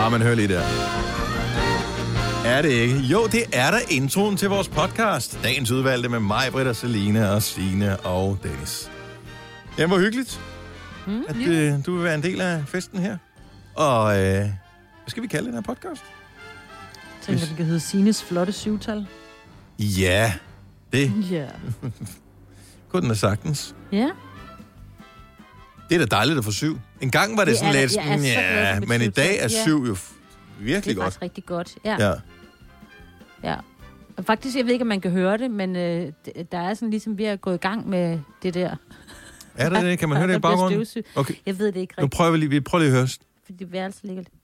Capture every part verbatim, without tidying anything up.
Ah, men hør lige der. Er det ikke? Jo, det er der introen til vores podcast. Dagens udvalgte med mig, Britta, Selina og Signe og Dennis. Ja, hvor hyggeligt, mm, at øh, du vil være en del af festen her. Og øh, hvad skal vi kalde den her podcast? Jeg tænker, det kan hedde Signes flotte syvtal. Ja, det Ja. kunne den da sagtens. Ja. Det er da dejligt at få syv. En gang var det, Det sådan er lidt, da- jeg er så glad ja, for mit men i dag er syvtal. syv jo f- Det virkelig er godt. faktisk rigtig godt. Ja. Ja. ja. Og faktisk, jeg ved ikke, om man kan høre det, men øh, der er sådan ligesom, vi er gået i gang med det der. Er det det? Kan man høre det i Der bliver baggrunden? støvsug. Okay. Jeg ved det ikke Nu rigtigt, prøver vi lige, vi prøver lige at høre. fordi værelset ligger lidt.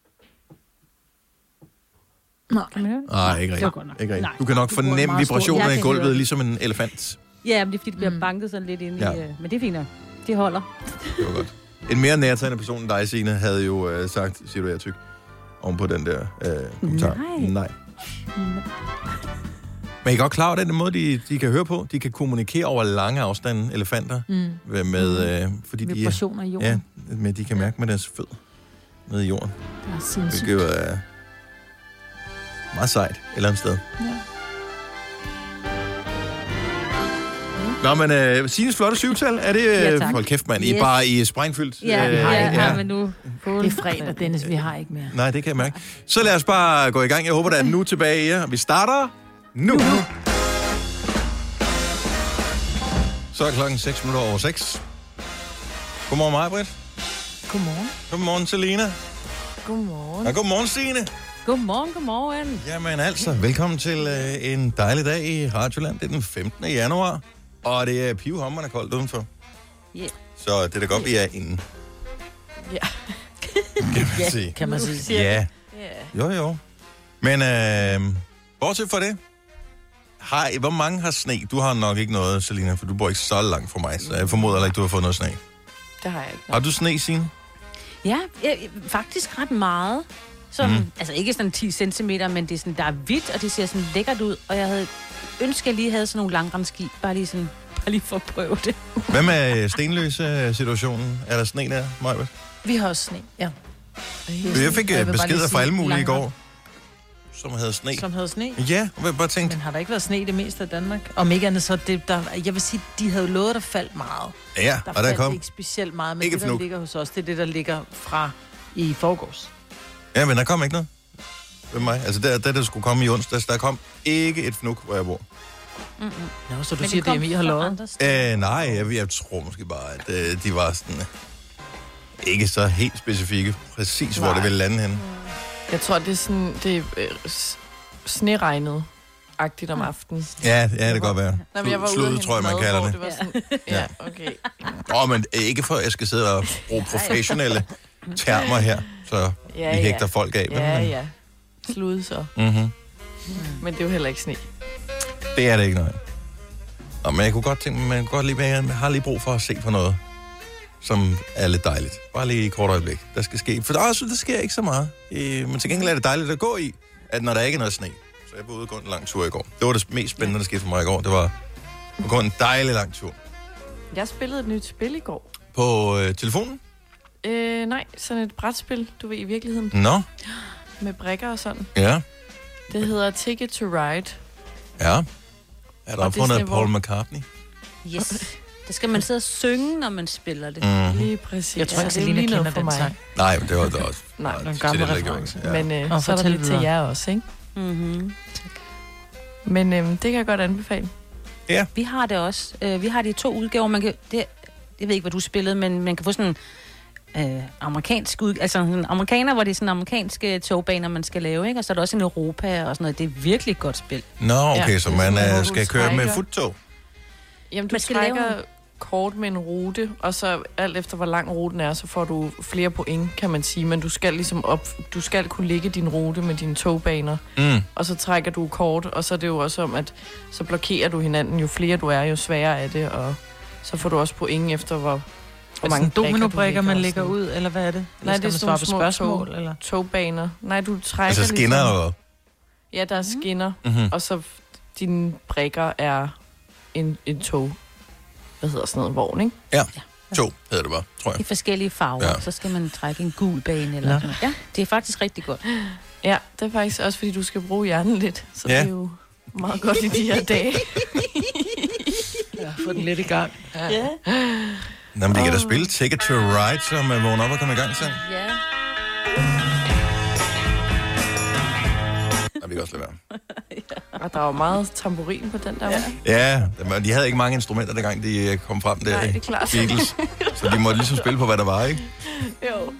Nå, kan man høre det? Nej, ikke Det var rigtigt. godt nok. Ikke rigtigt. Nej, Du kan nok det var fornemme meget stort. vibrationer Jeg i kan gulvet, høre det. ligesom en elefant. Ja, men det er fordi, det bliver Mm. banket sådan lidt ind Ja. i... Øh, men det er fint nok. Det holder. Det var godt. En mere nærtagende person end dig, Signe, havde jo øh, sagt, siger du, jeg er tyk, oven på den der øh, kommentar. Nej. Nej. Men I er godt klar over den måde, de, de kan høre på? De kan kommunikere over lange afstande, elefanter, Mm. med, øh, fordi de, Vibrationer i jorden. ja, men de kan mærke med deres fødder nede i jorden. Det er sindssygt. Hvilket jo er meget sejt et eller andet sted. Ja. Nå, men øh, Signes flotte syvtal, er det... Øh, Ja, tak. hold kæft, mand. I er Yes. bare I er sprængfyldt. Ja, Øh, ja, ja, ja. ja, men nu... Det er fredag, Dennis. Vi har ikke mere. Nej, det kan jeg mærke. Så lad os bare gå i gang. Jeg håber, der er nu tilbage i jer. Vi starter nu. nu. Så er klokken seks minutter over seks. Godmorgen, Maj-Brit. Godmorgen. Godmorgen, Selina. Godmorgen. Og godmorgen, Signe. Godmorgen, godmorgen. Jamen altså, velkommen til øh, en dejlig dag i Radioland. Det er den femtende januar, og det er pivhamrende koldt udenfor. Yeah. Så det er da godt, vi er inde. Ja. Kan man sige. Kan man sige. Ja. Ja. Jo, jo. Men øh, bortset fra det, har, hvor mange har sne? Du har nok ikke noget, Selina, for du bor ikke så langt fra mig, så jeg formoder heller ikke, du har fået noget sne. Det har jeg ikke. Har du sne, Signe? Ja, ja, faktisk ret meget. Sådan, Mm. mm. Altså ikke sådan ti centimeter, men det er sådan, der er hvidt, og det ser sådan lækkert ud. Og jeg havde ønsket, at jeg lige havde sådan nogle langrendski. Bare lige sådan, bare lige for at prøve det. Hvad med stenløse situationen? Er der sne der, Majbert? Vi har også sne, ja. Jeg fik Jeg øh, vil bare beskeder lige fra sige alle mulige i langrend. går, som havde sne. Som havde sne. Ja, og jeg bare tænkte, Men har der ikke været sne i det meste af Danmark? Om ikke andet, så det, der, jeg vil sige, de havde lovet, der faldt meget. ja, Der og der faldt kom. ikke specielt meget, men Ikke det, der fnug. ligger hos os, det er det, der ligger fra i forgårs. Ja, men der kom ikke noget ved mig. Altså, der, der, der skulle komme i onsdags, der kom ikke et fnuk, hvor jeg bor. Mm-mm. Nå, så du Men siger, det at D M I har lovet? Øh, nej, jeg, jeg tror måske bare, at øh, de var sådan... Øh, ikke så helt specifikke, præcis hvor Nej. det ville lande henne. Jeg tror, det er sådan, det er øh, s- sneregnet-agtigt om aftenen. Ja, ja, det kan godt være. Nå, men jeg var ude Slud, og tror jeg, man hente kalder mad, det. hvor det var sådan, ja, okay. Åh, oh, men ikke for, at jeg skal sidde og bruge professionelle termer her, så Ja, vi ja. hægter folk af. Ja, ja. Slud så. Mm-hmm. Men det er jo heller ikke sne. Det er det ikke noget. Nå, men jeg kunne godt tænke mig, man kunne godt lige, jeg har lige brug for at se på noget, som er lidt dejligt. Bare lige i et kort øjeblik. Der skal ske, for der, også, der sker ikke så meget. Øh, men til gengæld er det dejligt at gå i, at når der ikke er noget sne. Så jeg var ude og gå en lang tur i går. Det var det mest spændende, der skete for mig i går. Det var at gå en dejlig lang tur. Jeg spillede et nyt spil i går. På øh, telefonen? Øh, nej, sådan et brætspil, du ved, i virkeligheden. Nå, Med brikker og sådan. ja. Det hedder Ticket to Ride. Ja. Er der Og det er opfundet sådan, af Paul hvor- McCartney? Yes. Der skal man sidde og synge, når man spiller det. Mm. Lige præcis. Jeg tror ikke, Så det er jo Selina lige noget kender for den mig. sang. Nej, men det var det også. Nej, til nogle gamle den, der gjorde referencer. det. Ja. Men øh, Og så er der fortæl lidt til videre. jer også, ikke? Mm-hmm. Men øh, det kan jeg godt anbefale. Vi har det også. Uh, vi har de to udgaver. Man kan, det, jeg ved ikke, hvad du spillede, men man kan få sådan øh, amerikansk ud, altså sådan amerikaner, hvor det er sådan amerikanske togbaner, man skal lave, ikke? Og så er der også en Europa og sådan noget. Det er virkelig et godt spil. Nå, okay, Ja, så det er man sådan, øh, hvor du skal køre med trækker. futtog. Jamen, du Man skal lave trækker en- kort med en rute, og så alt efter, hvor lang ruten er, så får du flere point, kan man sige. Men du skal ligesom op, du skal kunne ligge din rute med dine togbaner, Mm. og så trækker du kort, og så er det jo også om, at så blokerer du hinanden. Jo flere du er, jo sværere er det, og så får du også point efter, hvor, hvor mange brikker du dominobrikker, man og lægger sådan. ud, eller hvad er det? Nej, det er skal sådan man svare nogle på små spørgsmål, tog. eller? Togbaner. Nej, du trækker Altså skinner ligesom... eller hvad? Ja, der er skinner, Mm-hmm. og så f- dine brikker er en, en tog. Hvad hedder sådan noget? Vogn, ikke? Ja. To hedder det bare, tror I jeg. forskellige farver. Ja. Ja. Så skal man trække en gul bane eller Nå. sådan noget. Ja, det er faktisk rigtig godt. Ja, det er faktisk også, fordi du skal bruge hjernen lidt. Så Ja. det er jo meget godt i de her dage. Ja, få den lidt i gang. Ja. Nå, men de kan da spille Ticket to Ride, så man vågner op og kommer i gang selv. Ja. Nej, vi kan også lade være. Og der var meget tamburin på den der. Ja, Ja, men de havde ikke mange instrumenter, dengang de øh, kom frem der. Nej, det er klart. Beatles. Så de måtte ligesom spille på, hvad der var, ikke? Jo.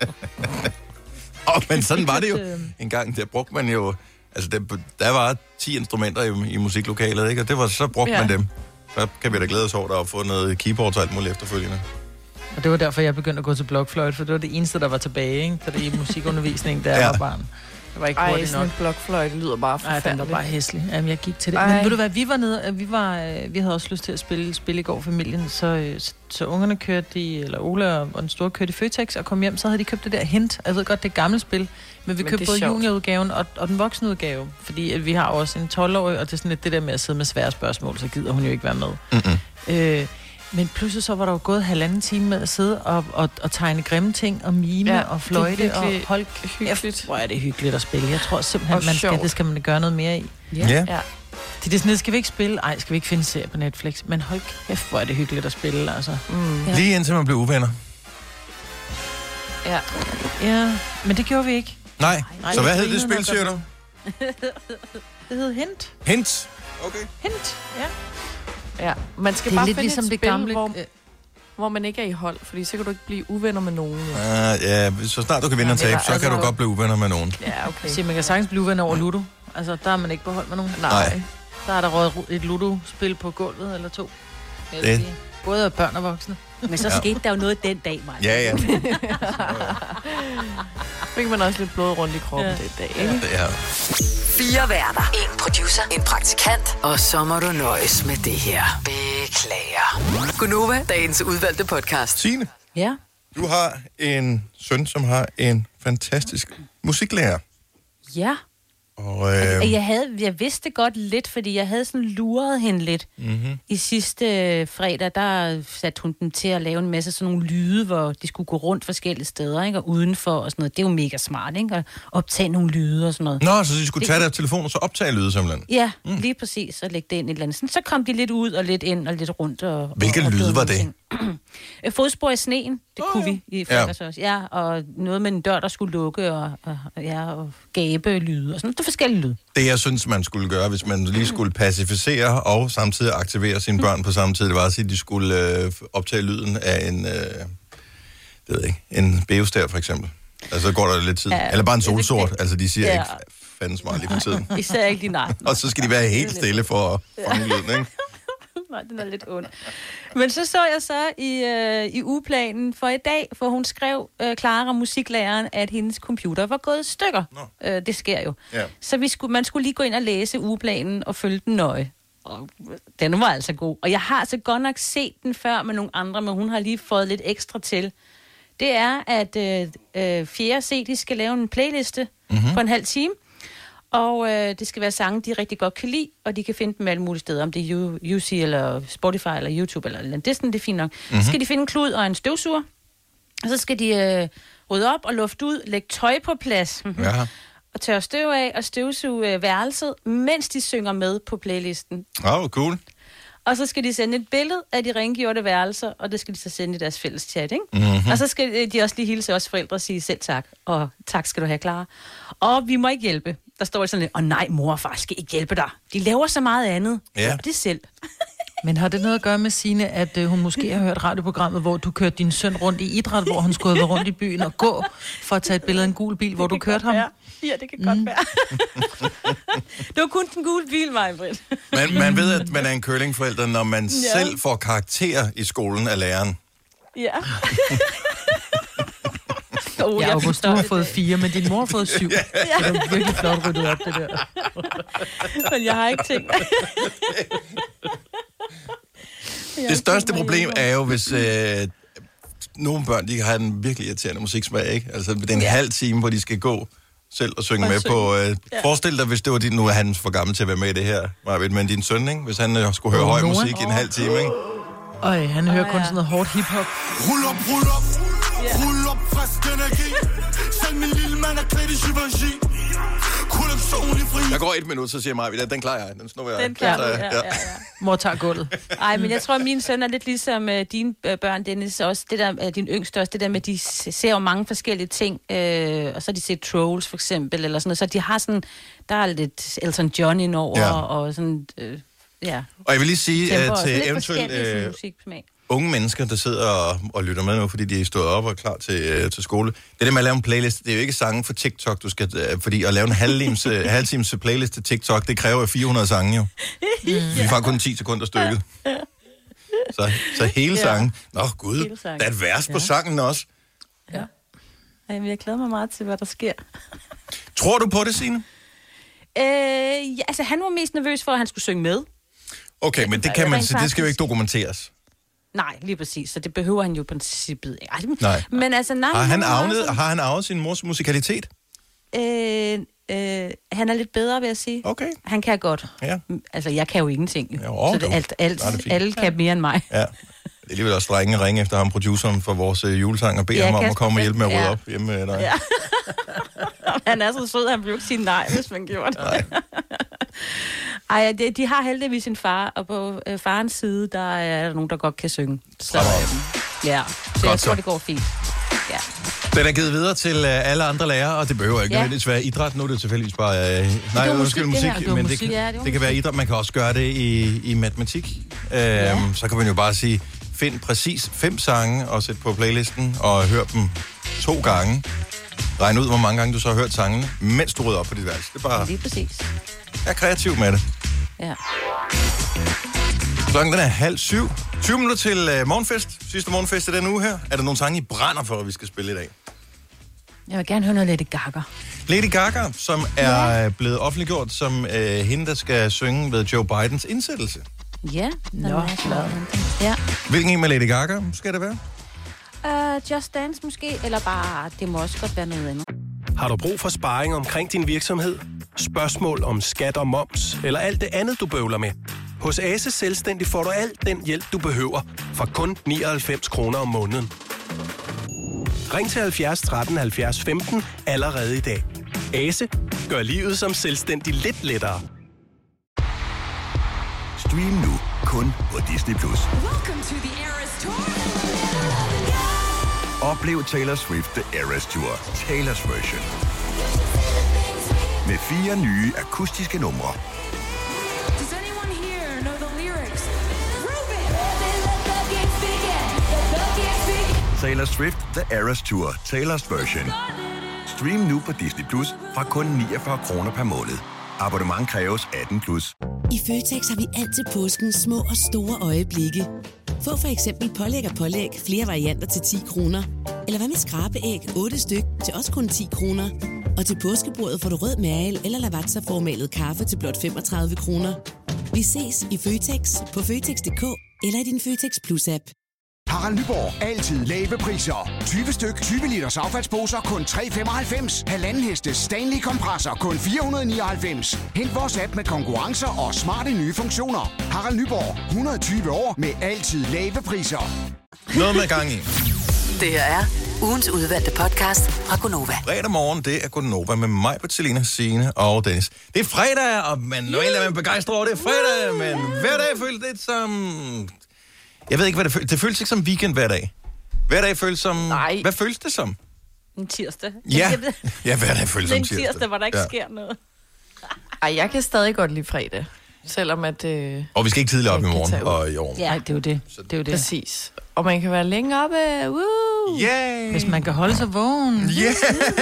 Oh, men sådan var det jo. En gang, der brugte man jo... Altså, der, der var ti instrumenter i, i musiklokalet, ikke? Og det var, så brugte ja. Ja. man dem. Så kan vi da glæde os over, at der har fået noget keyboard og alt muligt efterfølgende. Og det var derfor, jeg begyndte at gå til blokfløjte, for det var det eneste, der var tilbage, ikke? Så det er i musikundervisning, da jeg Ja. var barn. Det var ikke Ej, hurtigt sådan nok. en blokfløjte lyder bare Nej, den var forfærdeligt. bare hæslig. Jamen, jeg gik til det. Ej. Men ved du hvad, vi var nede, øh, vi, var, øh, vi havde også lyst til at spille spil i går, familien, så, øh, så, så ungerne kørte i, eller Ola og, og den store kørte i Føtex og kom hjem, så havde de købt det der Hint. Jeg ved godt, det er et gammelt spil, men vi Men købte det er både sjovt. juniorudgaven og, og den voksne udgave, fordi at vi har også en tolv-årig, og det er sådan lidt det der med at sidde med svære spørgsmål, så gider hun jo ikke være med. Mm-mm. Øh, men pludselig så var der jo gået halvanden time med at sidde og, og, og tegne grimme ting, og mime Ja, ja, og fløjte, det er og virkelig hold hyggeligt. Hvor er det hyggeligt at spille. Jeg tror simpelthen, Og man skal, sjovt. det skal man gøre noget mere i. Ja. ja. Ja. Det er sådan, skal vi ikke spille? Ej, skal vi ikke finde serie på Netflix? Men hold kæft, hvor er det hyggeligt at spille, altså. Mm. Ja. Lige indtil man blev uvenner. Ja. Ja, men det gjorde vi ikke. Nej. Nej, Så hvad det hed det grinede spil, siger nok du? Det hed Hint. Hint. Okay. Hint, ja. Ja. Man skal Det er bare lidt finde ligesom et det spil, gamle... hvor, øh, hvor man ikke er i hold, fordi så kan du ikke blive uvenner med nogen. Jo. Uh, ja, så snart du kan vinde og Ja, det tabe, var- så kan altså- du godt blive uvenner med nogen. Ja, okay. Se, man kan sagtens blive venner over Ludo. Altså, der er man ikke på hold med nogen. Nej. Der er der røget et Ludo-spil på gulvet, eller to. Jeg vil Det- sige. Både af børn og voksne. Men så Ja. skete der jo noget den dag, Maja. Ja, ja. Fik man også lidt blod rundt i kroppen Ja. ja. den dag, ikke? Det her. Fire værter. En producer. En praktikant. Og så må du nøjes med det her. Beklager. Gunova, dagens udvalgte podcast. Signe, Ja. du har en søn, som har en fantastisk musiklærer. Ja. Og øh, Jeg, havde, jeg vidste godt lidt, fordi jeg havde sådan luret hende lidt. mm-hmm. I sidste øh, fredag, der satte hun dem til at lave en masse sådan nogle lyde, hvor de skulle gå rundt forskellige steder, ikke? Og udenfor og sådan noget. Det er jo mega smart, ikke? At optage nogle lyde og sådan noget. Nå, så de skulle tage deres telefon og så optage lyde simpelthen. Ja, mm. lige præcis, og lægge det ind et eller andet. Sådan, så kom de lidt ud og lidt ind og lidt rundt. Og, Hvilke og, og lyde prøvede var nogle ting. Øh, Fodspor i sneen, det Åh, kunne ja. vi i fredags også. Ja, og noget med en dør, der skulle lukke, og, og, ja, og gabe lyde og sådan noget. Det er forskellige lyde. Det, jeg synes, man skulle gøre, hvis man lige skulle pacificere og samtidig aktivere sine børn på samme tid, det var at sige, at de skulle øh, optage lyden af en, øh, det ved jeg ikke, en beostær for eksempel. Altså, så går der lidt tid. Ja, Eller bare en det- det- solsort. Altså, de siger Ja. ikke fanden smart lige for tiden. Især ikke din egen. Og så skal de være helt stille for at fange lyden, ikke? Nej, den er lidt ond. Men så så jeg så i, øh, i ugeplanen for i dag, for hun skrev, øh, Clara, musiklæreren, at hendes computer var gået i stykker. Øh, det sker jo. Ja. Så vi skulle, man skulle lige gå ind og læse ugeplanen og følge den nøje. Og den var altså god. Og jeg har altså godt nok set den før med nogle andre, men hun har lige fået lidt ekstra til. Det er, at øh, øh, fjerde C, de skal lave en playliste mm-hmm. på en halv time. Og øh, det skal være sange, de rigtig godt kan lide, og de kan finde dem alle mulige steder, om det er U C eller Spotify eller YouTube eller eller andet. Det er sådan, det er fint nok. Mm-hmm. Så skal de finde en klud og en støvsuger, og så skal de øh, rydde op og lufte ud, lægge tøj på plads, mm-hmm. Ja. og tørre støv af og støvsuge øh, værelset, mens de synger med på playlisten. Åh, oh, cool. Og så skal de sende et billede af de rengjorte værelser, og det skal de så sende i deres fælles chat, ikke? Mm-hmm. Og så skal de også lige hilse os forældre og sige selv tak, og tak skal du have, Clara. Og vi må ikke hjælpe. Der står sådan lidt, åh nej, mor og far skal ikke hjælpe dig. De laver så meget andet. Ja. Hjælp det selv. Men har det noget at gøre med, Signe, at øh, hun måske har hørt radioprogrammet, hvor du kørte din søn rundt i idræt, hvor han skulle have været rundt i byen og gå for at tage et billede af en gul bil, hvor du kørte ham? Ja, ja det kan mm. godt være. Det var kun den gule bil, Maj-Brit. Man, man ved, at man er en curlingforælder, når man Ja. selv får karakter i skolen af læreren. Ja. Oh, Ja, August, du forstår har det fået dag. fire, men din mor har fået syv. Ja. Så det er virkelig flot ryddet op, det der. Men jeg har ikke tænkt. Det største problem er jo, hvis øh, nogle børn, de har en virkelig irriterende musiksmag, ikke? Altså, det er en ja. halv time, hvor de skal gå selv og synge Og med synge. på... Øh, Ja. Forestil dig, hvis det var din... Nu er han for gammel til at være med i det her, Marvind, men din søn, ikke? Hvis han øh, skulle høre Åh, høj Noah. musik i en halv time, ikke? Øj, han hører Åh, kun ja. sådan noget hårdt hiphop. Rul op, rul op, rul op, frisk energi. Selv min lille mand er klædt i Givenchy. Kollektion i fri. Der går et minut, så siger mig, den klarer jeg. Den snupper jeg. Den klarer Så, du, ja, ja, ja. Mor tager gulvet. Ej, men jeg tror, at min søn er lidt ligesom uh, dine uh, børn, Dennis. Også det der, uh, din yngste også, det der med, at de ser jo mange forskellige ting. Uh, og så har de set Trolls, for eksempel, eller sådan noget. Så de har sådan, der er lidt Elton John indover, Ja. og sådan, uh, ja. Og jeg vil lige sige Temper uh, også. til Lidt eventuelt forskellige sådan uh, musiksmag. unge mennesker, der sidder og, og lytter med nu, fordi de er stået op og er klar til, uh, til skole. Det der med at lave en playlist, det er jo ikke sange for TikTok, du skal, uh, fordi at lave en halvtimes, uh, halvtimes playlist til TikTok, det kræver fire hundrede sange jo. Vi får kun ti sekunder stykket. Så, så hele sangen. Nå gud, Hele sangen. der er et vers på Ja. sangen også. Ja. Ej, men jeg glæder mig meget til, hvad der sker. Tror du på det, Signe? Øh, ja, altså, han var mest nervøs for, at han skulle synge med. Okay, men det Ja, kan man rent sige, det skal jo faktisk. ikke dokumenteres. Nej, lige præcis. Så det behøver han jo i princippet ikke. Ej, Nej. Men altså, nej. Har han var meget arvet, sådan- har han arvet sin mors musikalitet? Øh, øh, han er lidt bedre, vil jeg sige. Okay. Han kan godt. Ja. Altså, jeg kan jo ingenting. Jo. Jo, så det, jo. alt, alt, Nej, det er fint. alle kan mere end mig. Ja. Det er alligevel også drenge at ringe efter ham, produceren for vores øh, julesang, og bede Ja, ham om at Kasper komme og hjælpe med at rydde ja. op hjemme med dig. Ja. Han er så sød, han vil jo ikke sige nej, hvis man gjorde det. Nej. Ej, de, de har heldigvis en far, og på øh, farens side, der er der nogen, der godt kan synge. Så, Fremragende. øh, ja, så Godt jeg så. tror, det går fint. Ja. Den er givet videre til øh, alle andre lærere, og det behøver ikke Ja. nødvendigvis være idræt. Nu er det tilfældigvis bare... Øh, nej, var undskyld, musik, det her. musik, Det var men musik. det, kan, Ja, det, det var det kan være idræt. Man kan også gøre det i, i matematik. Øhm, Så kan man jo bare sige, find præcis fem sange og sæt på playlisten, og hør dem to gange. Regn ud, hvor mange gange du så har hørt sangene, mens du rydder op på dit værelse. Det er bare... Lige præcis. Jeg er kreativ med det. Ja. Klokken den er halv syv. tyve minutter til uh, morgenfest. Sidste morgenfest i den uge her. Er der nogle sange, I brænder for, at vi skal spille i dag? Jeg vil gerne høre noget Lady Gaga. Lady Gaga, som er ja. blevet offentliggjort som uh, hende, der skal synge ved Joe Bidens indsættelse. Ja, Nå, Nå, ja. Hvilken en med Lady Gaga skal det være? Uh, Just Dance måske, eller bare, det må også godt være noget andet. Har du brug for sparring omkring din virksomhed? Spørgsmål om skat og moms, eller alt det andet, du bøvler med? Hos Ase Selvstændig får du alt den hjælp, du behøver, for kun nioghalvfems kroner om måneden. Ring til halvfjerds tretten halvfjerds femten allerede i dag. Ase gør livet som selvstændig lidt lettere. Stream nu kun på Disney plus. Oplev Taylor Swift The Eras Tour, Taylor's version. Med fire nye akustiske numre. Taylor Swift The Eras Tour, Taylor's version. Stream nu på Disney plus fra kun niogfyrre kroner per måned. Abonnement kræves atten plus. I Føtex har vi altid påskens små og store øjeblikke. Få for eksempel pålæg og pålæg flere varianter til ti kroner. Eller hvad med skrabeæg otte styk til også kun ti kroner. Og til påskebordet får du rød mal eller lavatserformalet kaffe til blot femogtredive kroner. Vi ses i Føtex på Føtex punktum d k eller i din Føtex Plus-app. Harald Nyborg. Altid lave priser. tyve styk, tyve liters affaldsposer kun tre femoghalvfems. Halvanden heste Stanley kompresser kun fire hundrede nioghalvfems. Hent vores app med konkurrencer og smarte nye funktioner. Harald Nyborg. hundrede og tyve år med altid lave priser. Noget med gang i. Det her er ugens udvalgte podcast fra Gonova. Fredag morgen, det er Gonova med mig, Bertilina, Signe og Dennis. Det er fredag, og man normalt er man begejstret over, det er fredag, men hver dag føles det som... Jeg ved ikke, hvad det føles. Det føles ikke som weekend hver dag. Hver dag føles som... Nej. Hvad føles det som? En tirsdag. Ja, Jeg ved- ja hver dag føles Det er som en tirsdag. tirsdag, hvor der ikke Ja. sker noget. Ej, jeg kan stadig godt lide fredag. Selvom at... Øh, Og vi skal ikke tidligere op i Jeg kan morgen tage ud. og i år. Ja. Nej, det er jo det. Det er jo det. præcis. Og man kan være længe oppe. Woo! Yay! Hvis man kan holde sig vågen. Yeah!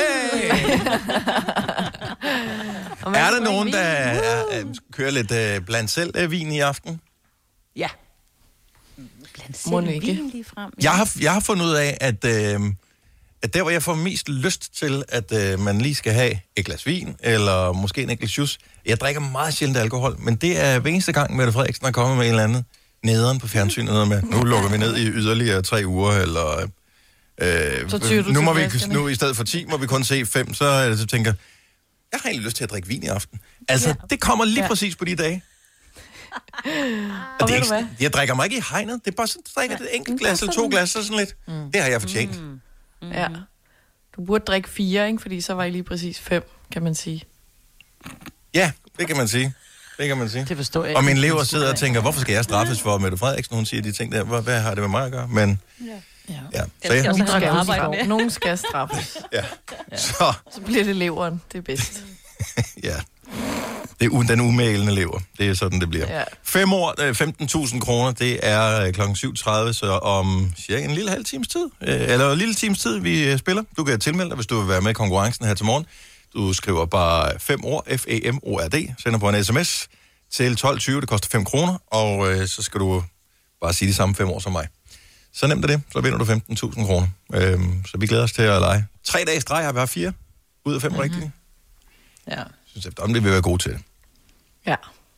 Og man Er kan der drikke nogen, vin. der er, er, kører lidt uh, blandt selv uh, vin i aften? Ja. Blandt Må selv ikke. vin lige frem. Jeg har, jeg har fundet ud af, at, øh, at der, hvor jeg får mest lyst til, at øh, man lige skal have et glas vin, eller måske en enkelt juice. Jeg drikker meget sjældent alkohol, men det er hver eneste gang, Mette Frederiksen er kommet med en eller anden nederen på fjernsynet, noget med, nu lukker vi ned i yderligere tre uger, eller... Øh, Så tyr du nu til må vi, flaskerne. nu i stedet for ti, må vi kun se fem, så, øh, så tænker jeg, jeg har egentlig lyst til at drikke vin i aften. Altså, Ja. det kommer lige Ja. præcis på de dage. Og det er ikke, jeg drikker mig ikke i hegnet. Det er bare sådan, du drikker et enkelt glas eller to glas, så sådan lidt. Mm. Det har jeg fortjent. Mm. Mm. Ja. Du burde drikke fire, ikke? Fordi så var I lige præcis fem, kan man sige. Ja, det kan man sige. Det kan man sige. Det forstår jeg. Og min elever sidder og tænker, hvorfor skal jeg straffes for Mette Frederiksen? Hun siger de ting der, hvad, hvad har det med mig at gøre? Men ja. Ja. Så jeg, nogen, skal arbejde nogen skal straffes. Ja. Ja. Så. Så bliver det leveren. Det er bedst. Ja. Det er den umælende lever. Det er sådan, det bliver. Ja. Fem år, femten tusind kroner, det er klokken syv tredive, så om cirka en lille halv times tid, eller en lille times tid, vi spiller. Du kan tilmelde dig, hvis du vil være med i konkurrencen her til morgen. Du skriver bare fem ord, F E M O R D, sender på en sms til tolv tyve, det koster fem kroner, og øh, så skal du bare sige de samme fem ord som mig. Så nemt er det, så vinder du femten tusind kroner. Øhm, så vi glæder os til at lege. Tre dage streg har vi haft fire ud af fem mm-hmm. rigtige. Ja. Jeg synes, om det vil være gode til det. Ja.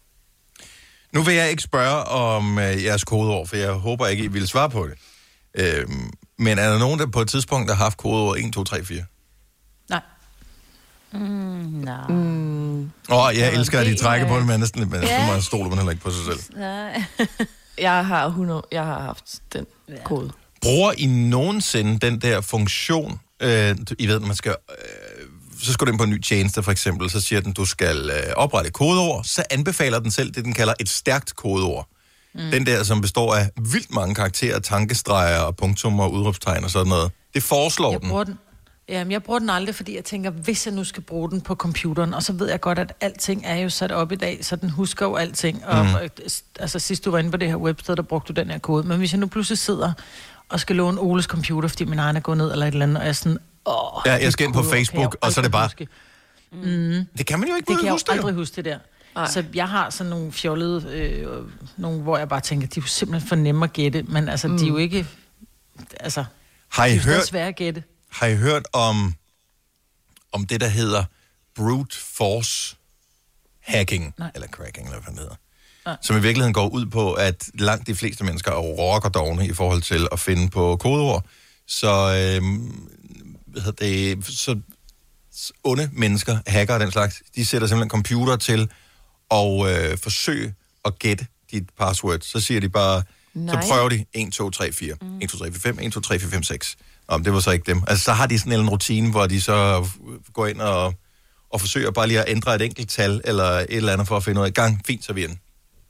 Nu vil jeg ikke spørge om øh, jeres kodeord, for jeg håber ikke, I vil svare på det. Øhm, men er der nogen, der på et tidspunkt har haft kodeord et, to, tre, fire? Nej. Mm, nej. Mm. Åh, oh, jeg elsker, at de trækker på det, men næsten lidt, men yeah. så stoler man heller ikke på sig selv. jeg, har hundrede, jeg har haft den ja. kode. Bruger I nogensinde den der funktion, øh, I ved, man skal... Øh, så skal du ind på en ny tjeneste, for eksempel, så siger den, du skal øh, oprette et kodeord, så anbefaler den selv det, den kalder et stærkt kodeord. Mm. Den der, som består af vildt mange karakterer, tankestreger og punktummer og udråbstegn og sådan noget. Det foreslår jeg den. Bruger den. Jamen, jeg bruger den aldrig, fordi jeg tænker, hvis jeg nu skal bruge den på computeren, og så ved jeg godt, at alting er jo sat op i dag, så den husker jo alting. Og, mm. altså, sidst du var inde på det her websted, der brugte du den her kode. Men hvis jeg nu pludselig sidder og skal låne Oles computer, fordi min egen er gået ned eller et eller andet, og jeg er sådan... Åh, ja, jeg skal ind på Facebook, og så er det bare... Mm. Det kan man jo ikke det kan huske, jeg jo aldrig huske det der. Nej. Så jeg har sådan nogle fjollede, øh, nogle, hvor jeg bare tænker, de er jo simpelthen for nemme at gætte, men altså, mm. de er jo ikke... Altså, har I de er hørt, svære at gætte. Har I hørt om, om det, der hedder brute force hacking? Nej. Eller cracking, eller hvad det hedder. Nej. Som i virkeligheden går ud på, at langt de fleste mennesker er rockerdovne i forhold til at finde på kodeord. Så... Øh, hvad hedder det, så onde mennesker, hacker og den slags, de sætter simpelthen computer til at øh, forsøge at gætte dit password. Så siger de bare, Nej. så prøver de et, to, tre, fire. Mm. et, to, tre, fire, fem, et, to, tre, fire, fem, seks. Nå, men det var så ikke dem. Altså, så har de sådan en rutine, hvor de så går ind og, og forsøger bare lige at ændre et enkelt tal, eller et eller andet for at finde ud af gang. Fint, så er vi inde.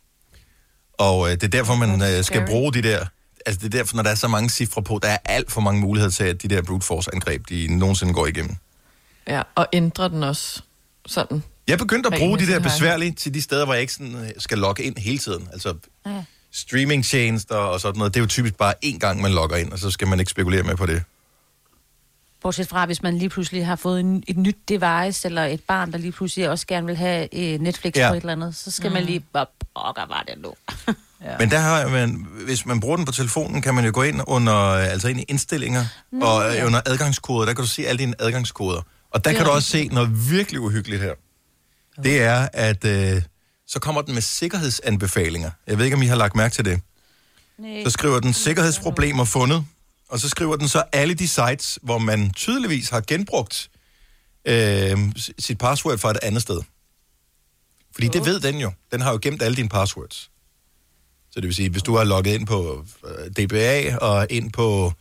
Og øh, det er derfor, man øh, skal bruge de der... Altså, det er derfor, når der er så mange cifre på, der er alt for mange muligheder til, at de der brute force-angreb, de nogensinde går igennem. Ja, og ændrer den også sådan. Jeg begyndte at bruge de der besværlige til de steder, hvor jeg ikke sådan skal logge ind hele tiden. Altså ja. streamingtjenester og sådan noget. Det er jo typisk bare én gang, man logger ind, og så skal man ikke spekulere med på det. Bortset fra, hvis man lige pludselig har fået en, et nyt device, eller et barn, der lige pludselig også gerne vil have eh, Netflix ja. på et eller andet, så skal mm. man lige bare, pokker var det nu. Ja. Men der har man, hvis man bruger den på telefonen, kan man jo gå ind under, altså ind i indstillinger, Nå, og ja. under adgangskoder, der kan du se alle dine adgangskoder. Og der ja. kan du også se noget virkelig uhyggeligt her. Okay. Det er, at øh, så kommer den med sikkerhedsanbefalinger. Jeg ved ikke, om I har lagt mærke til det. Nej. Så skriver den sikkerhedsproblemer fundet, og så skriver den så alle de sites, hvor man tydeligvis har genbrugt øh, sit password fra et andet sted. Fordi oh. det ved den jo. Den har jo gemt alle dine passwords. Så det vil sige, hvis du har logget ind på D B A og ind på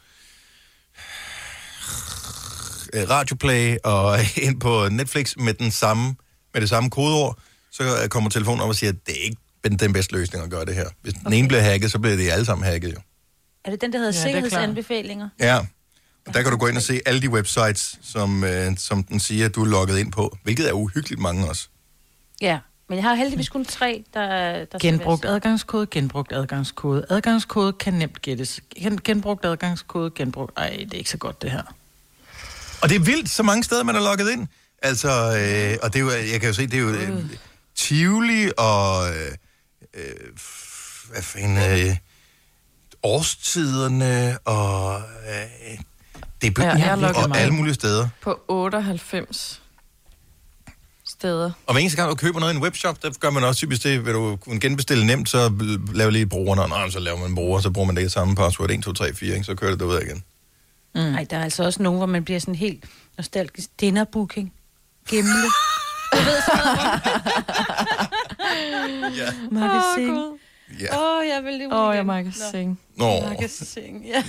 Radioplay og ind på Netflix med, den samme, med det samme kodeord, så kommer telefonen op og siger, at det er ikke den bedste løsning at gøre det her. Hvis okay. den ene bliver hacket, så bliver det alle sammen hacket jo. Er det den, der hedder ja, sikkerhedsanbefalinger? Ja, og der kan du gå ind og se alle de websites, som, øh, som den siger, at du er logget ind på, hvilket er uhyggeligt mange også. Ja. Men jeg har heldigvis kun tre, der... der genbrugt adgangskode, genbrugt adgangskode. Adgangskode kan nemt gættes. Gen, genbrugt adgangskode, genbrugt... Ej, det er ikke så godt, det her. Og det er vildt, så mange steder, man er logget ind. Altså, øh, og det er jo, jeg kan jo se, det er jo øh, Tivoli og... Øh, øh, hvad fanden... Øh, årstiderne og... Øh, det er bygget ja, og alle mulige steder. På otteoghalvfems steder. Og hver eneste gang, du køber noget i en webshop, der gør man også typisk det, vil du kunne genbestille nemt, så laver lige brugerne, og nej, så laver man en bruger, så bruger man det samme password, et, to, tre, fire, ikke? Så kører det derud igen. Nej, mm. der er altså også nogen, hvor man bliver sådan helt nostalgisk. Dinnerbooking. Gimle. Du ved sådan noget. Ja. Magasin. Åh, Ja. oh, jeg vil det ud Åh, oh, igen. jeg magasin. Nå. Magasin, ja.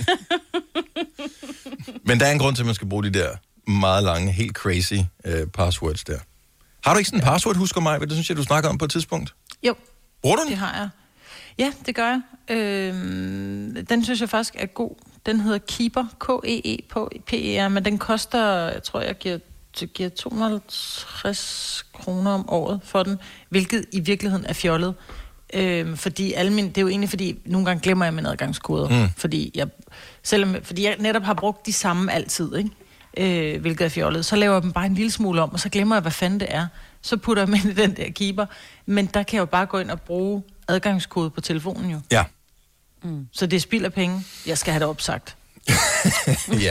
Men der er en grund til, at man skal bruge de der meget lange, helt crazy uh, passwords der. Har du ikke sådan en password, husker mig? Det synes jeg, du snakker om på et tidspunkt. Jo. Bruger du den? Det har jeg. Ja, det gør jeg. Øhm, den synes jeg faktisk er god. Den hedder Keeper, K E E P E R, men den koster, jeg tror, jeg giver, det giver to hundrede og halvtreds kroner om året for den, hvilket i virkeligheden er fjollet. Øhm, fordi alle mine, det er jo egentlig, fordi nogle gange glemmer jeg mine adgangskoder, mm. fordi, jeg, selvom, fordi jeg netop har brugt de samme altid, ikke? Øh, hvilket er fjollet. Så laver jeg dem bare en lille smule om, og så glemmer jeg, hvad fanden det er. Så putter jeg dem ind i den der Keeper. Men der kan jeg jo bare gå ind og bruge adgangskode på telefonen jo. Ja. Mm. Så det er spild af penge. Jeg skal have det opsagt. Ja.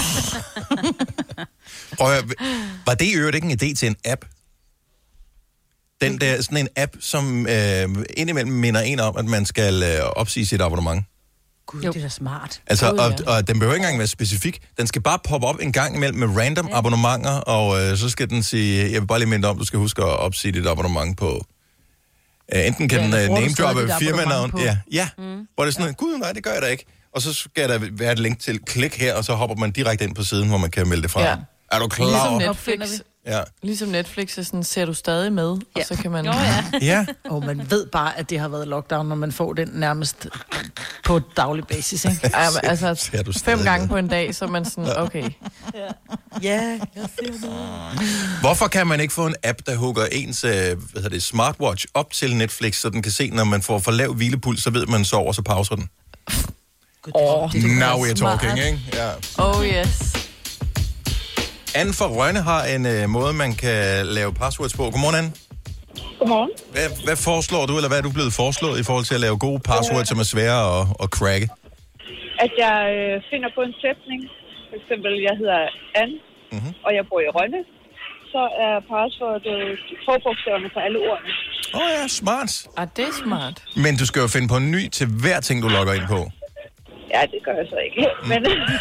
Prøv at høre, var det i øvrigt ikke en idé til en app? Den der, sådan en app, som øh, indimellem minder en om, at man skal øh, opsige sit abonnement. Gud, jo. Det er da smart. Altså, God, og, ja. og den behøver ikke engang være specifik. Den skal bare poppe op en gang imellem med random ja. abonnementer, og øh, så skal den sige, jeg vil bare lige minde om, du skal huske at opsige dit abonnement på. Øh, enten kan ja, den uh, name-droppe firmanavn. Ja, ja. Mm. Hvor det er sådan, ja. Gud nej, det gør jeg da ikke. Og så skal der være et link til klik her, og så hopper man direkte ind på siden, hvor man kan melde det fra. Ja. Er du klar ligesom over? Netflix. Ja. Ligesom Netflix er sådan, ser du stadig med, ja. Og så kan man... Jo, ja. Ja. Og man ved bare, at det har været lockdown, når man får den nærmest på daglig basis, ikke? Ja, men altså, fem gange på en dag, så er man sådan, okay. Ja, ja jeg ser det. Hvorfor kan man ikke få en app, der hugger ens hvad hedder det, smartwatch op til Netflix, så den kan se, når man får for lav hvilepuls, så ved man så over, så pauser den? Oh, now we're talking, ikke? Ja. Oh yes. Anne fra Rønne har en øh, måde, man kan lave passwords på. Godmorgen, Anne. Godmorgen. Hvad, hvad foreslår du, eller hvad er du blevet foreslået i forhold til at lave gode passwords, som er svære at, at cracke? At jeg øh, finder på en sætning. For eksempel, jeg hedder Anne, mm-hmm. og jeg bor i Rønne. Så er password øh, forbogstaverne for alle ordene. Åh oh, ja, smart. Ah, det er smart. Men du skal jo finde på en ny til hver ting, du logger ind på. Ja, det gør jeg så ikke. Men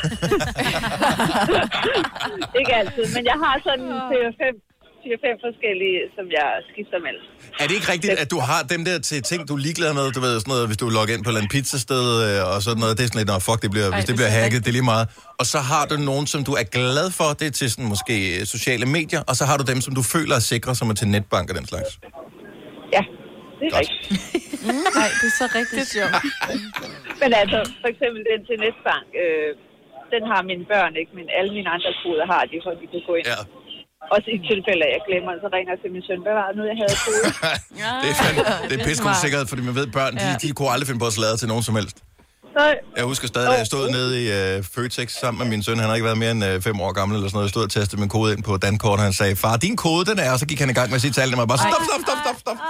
ikke altid. Men jeg har sådan fire fem forskellige, som jeg skifter mellem. Er det ikke rigtigt, at du har dem der til ting, du er ligeglad med? Du ved, sådan noget, hvis du logger ind på et eller andet pizzasted og sådan noget. Det er sådan lidt, når fuck, det bliver, Ej, hvis det, det bliver hacket, rigtigt. Det er lige meget. Og så har du nogen, som du er glad for. Det er til sådan måske sociale medier. Og så har du dem, som du føler er sikre, som er til netbank og den slags. Ja, det er rigtigt. Nej, det er så rigtigt sjovt. Men altså, for eksempel den til netbank, øh, den har mine børn ikke, men alle mine andre koder har de, for de kan gå ind. Ja. Også i tilfælde, at jeg glemmer, så ringer jeg til min søn. Hvad var det nu, jeg havde kode? det er, fandme, det er pissegod sikkerhed, fordi man ved, at børn, ja. de, de kunne aldrig finde på at sladre til nogen som helst. Nej. Jeg husker stadig, da jeg stod nede i uh, Føtex sammen med min søn. Han har ikke været mere end uh, fem år gammel eller sådan noget. Jeg stod og tastede min kode ind på Dankort, og han sagde, far, din kode, den er, og så gik han i gang med at sige tallene. Og bare, stop, stop, stop, stop, stop.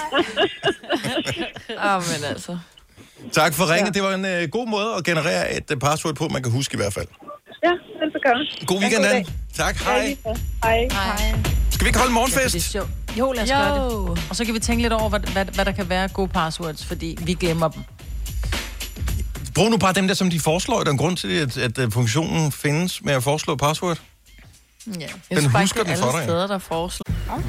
Åh, men altså... Tak for ringen. Ja. Det var en uh, god måde at generere et uh, password på, man kan huske i hvert fald. Ja, det er godt. God weekend, Dan. Tak, hej. Hej. Hej. Skal vi ikke holde morgenfest? Ja, jo, lad os jo. gøre det. Og så kan vi tænke lidt over, hvad, hvad, hvad der kan være gode passwords, fordi vi glemmer dem. Brug nu bare dem der, som de foreslår. Der er en grund til, at, at, at funktionen findes med at foreslå password. Ja. Den jeg husker den for dig. Alle steder, der foreslår. Ja.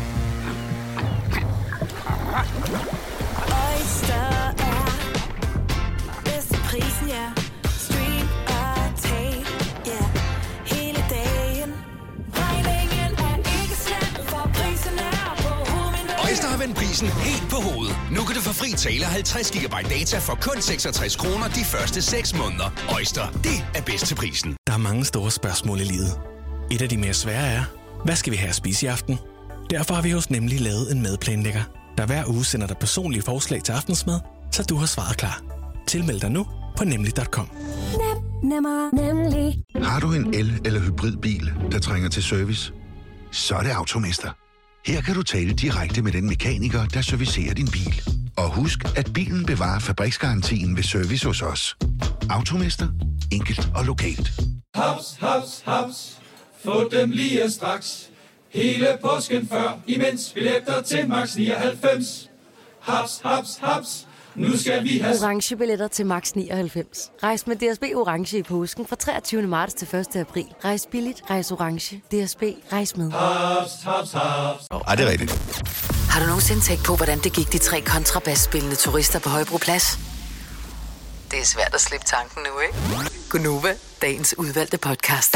Øjster har vendt prisen helt på hovedet. Nu kan du få fri tale halvtreds gigabyte data for kun seksogtres kroner de første seks måneder. Øjster, det er bedst til prisen. Der er mange store spørgsmål i livet. Et af de mere svære er, hvad skal vi have at spise i aften? Derfor har vi hos Nemlig lavet en madplanlægger, der hver uge sender dig personlige forslag til aftensmad, så du har svaret klar. Tilmeld dig nu på nemlig punktum com. Nem, nemmer, nemlig. Har du en el- eller hybridbil, der trænger til service? Så er det Automester. Her kan du tale direkte med den mekaniker, der servicerer din bil. Og husk, at bilen bevarer fabriksgarantien ved service hos os. Automester. Enkelt og lokalt. Haps, haps, haps. Få dem lige straks. Hele påsken før, imens billetter til max nioghalvfems. Haps, haps, haps. Nu skal vi have orange billetter til max nioghalvfems. Rejs med D S B orange i påsken fra treogtyvende marts til første april. Rejs billigt, rejs orange. D S B, rejs med. Haps, haps, haps. Ej, det er rigtigt. Har du nogensinde tænkt på, hvordan det gik de tre kontrabasspillende turister på Højbroplads? Det er svært at slippe tanken nu, ikke? Gunova, dagens udvalgte podcast.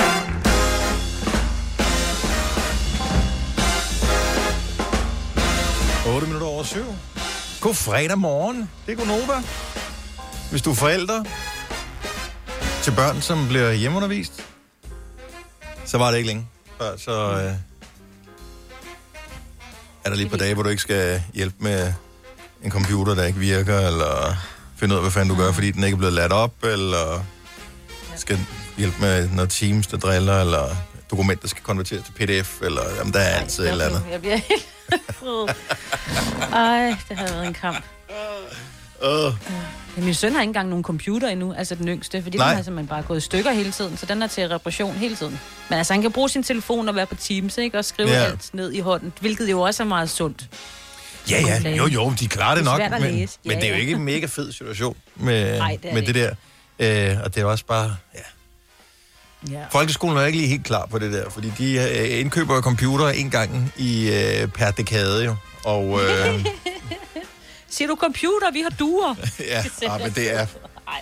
otte minutter over syv. God fredag morgen. Det er Gunova. Hvis du er forældre til børn, som bliver hjemmeundervist, så var det ikke længe før, så øh, er der lige et par dage, hvor du ikke skal hjælpe med en computer, der ikke virker, eller finde ud af, hvad fanden du gør, fordi den ikke er blevet ladt op, eller skal hjælpe med noget Teams, der driller, eller dokument, der skal konverteres til P D F, eller jamen, der er altid et eller andet. Jeg bliver helt... Ej, det har været en kamp. Uh. Ja, min søn har ikke engang nogen computer endnu, altså den yngste, fordi Nej. den har simpelthen bare gået i stykker hele tiden, så den er til reparation hele tiden. Men altså, han kan bruge sin telefon og være på Teams, ikke? Og skrive yeah. alt ned i hånden, hvilket jo også er meget sundt. Ja, ja, jo, jo, de klarer det, det nok, men, ja, men det er jo ja. ikke en mega fed situation med, Nej, det, med det, det der. Øh, og det er også bare, ja. Ja. Folkeskolen er ikke lige helt klar på det der, fordi de øh, indkøber computer en gang i øh, per dekade jo, og... Øh, siger du computer, vi har duer? ja, ah, men det er...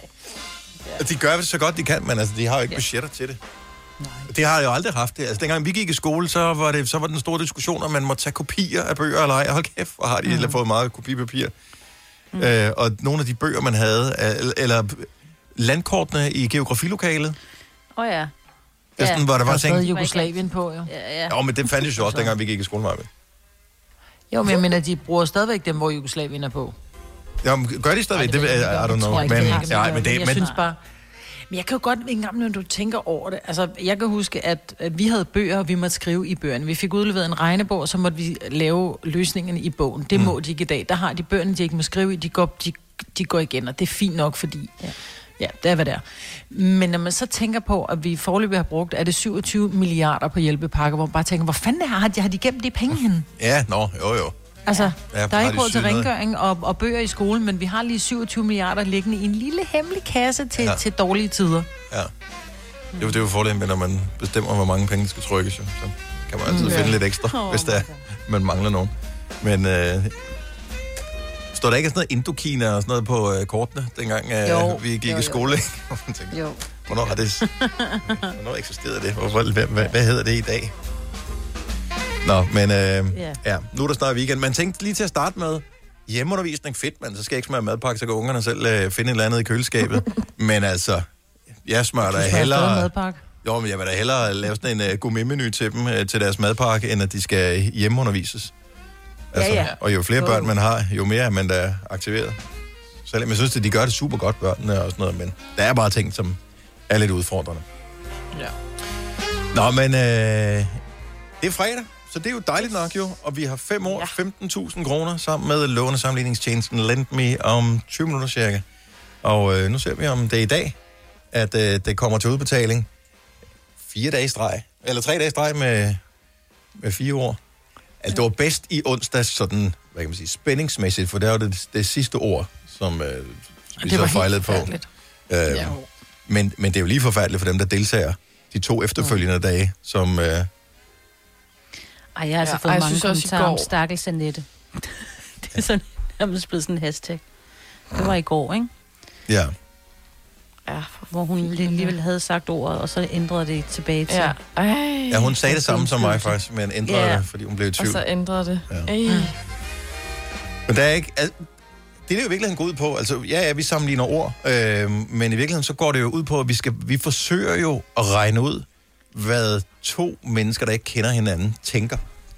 De gør det så godt, de kan, men altså, de har jo ikke budgetter til det. Nej. Det har jeg jo aldrig haft det. Altså, dengang vi gik i skole, så var, det, så var den store diskussion, om man må tage kopier af bøger eller ej. Hold kæft, hvor har de mm. fået meget kopipapir. Mm. Øh, og nogle af de bøger, man havde, eller, eller landkortene i geografilokalet. Åh oh, ja. Det er sådan, hvor der var ting... Der Jugoslavien på, jo. Ja, ja. Jo, men det fandtes jo også, dengang vi gik i skole, Maja. Jo, men jeg mener, de bruger stadigvæk dem, hvor Jugoslavien er på. Ja, men gør de stadigvæk? Ej, det, det, det, I don't know. Men, ja, men, det, jeg men, synes bare... Men jeg kan jo godt, en gang, når du tænker over det, altså, jeg kan huske, at vi havde bøger, og vi måtte skrive i bøgerne. Vi fik udleveret en regnebog, så måtte vi lave løsningerne i bogen. Det mm. må de ikke i dag. Der har de bøgerne, de ikke må skrive i, de går, de, de går igen, og det er fint nok, fordi... Ja. Ja, det er, hvad det er. Men når man så tænker på, at vi foreløbig har brugt, er det syvogtyve milliarder på hjælpepakker, hvor man bare tænker, hvor fanden har de, har de gemt de penge henne? Ja, nå, jo jo. Altså, ja, der er ikke råd til rengøring og, og bøger i skolen, men vi har lige syvogtyve milliarder liggende i en lille hemmelig kasse til, ja. til dårlige tider. Ja. Det er jo, det er jo fordelen med, når man bestemmer, hvor mange penge der skal trykkes, så kan man altid mm, finde ja. lidt ekstra, oh, hvis der, man mangler nogen. Men... Øh, står der ikke sådan noget Indokina og sådan noget på øh, kortene, dengang øh, vi gik jo, jo. i skole? tænker, jo. Hvornår har det... Hvornår eksisterede det? Hvorfor, hvad, hvad, hvad hedder det i dag? Nå, men øh, yeah. ja, nu er der snart weekend. Man tænkte lige til at starte med hjemmeundervisning. Fedt, man. Så skal jeg ikke smøre madpakke, så kan ungerne selv øh, finde et eller andet i køleskabet. Men altså, jeg smører da hellere... Jo, men jeg vil da hellere lave sådan en uh, gourmet-menu til dem, uh, til deres madpakke, end at de skal hjemmeundervises. Altså, ja, ja. Og jo flere børn man har, jo mere er man da aktiveret. Selvom jeg synes, at de gør det super godt, børnene og sådan noget, men der er bare ting, som er lidt udfordrende. Ja. Nå, men øh, det er fredag, så det er jo dejligt nok jo, og vi har fem år, ja. femten tusind kroner sammen med lånesamligningstjenesten LendMe om tyve minutter cirka. Og øh, nu ser vi, om det er i dag, at øh, det kommer til udbetaling fire dage i streg, eller tre dage i streg med, med fire år. Altså, det var bedst i onsdags sådan, hvad kan man sige, spændingsmæssigt, for det var det, det sidste ord, som øh, vi så fejlede på. Øh, ja. men, men det er jo lige forfærdeligt for dem, der deltager de to efterfølgende ja. dage, som... Øh... Ej, jeg har altså ja, fået ej, mange kommentarer om stakkels Annette. Det er sådan, nærmest blevet sådan en hashtag. Det var i går, ikke? Ja. Ja, hvor hun alligevel havde sagt ordet, og så ændrede det tilbage til... Ja, Ej, ja hun sagde det samme som mig faktisk, men ændrede ja. det, fordi hun blev i tvivl. Og så ændrede det. Ja. Men der er ikke... Al- det er jo virkelig gå ud på, altså ja, ja, vi sammenligner ord, øh, men i virkeligheden så går det jo ud på, at vi, skal, vi forsøger jo at regne ud, hvad to mennesker, der ikke kender hinanden, tænker.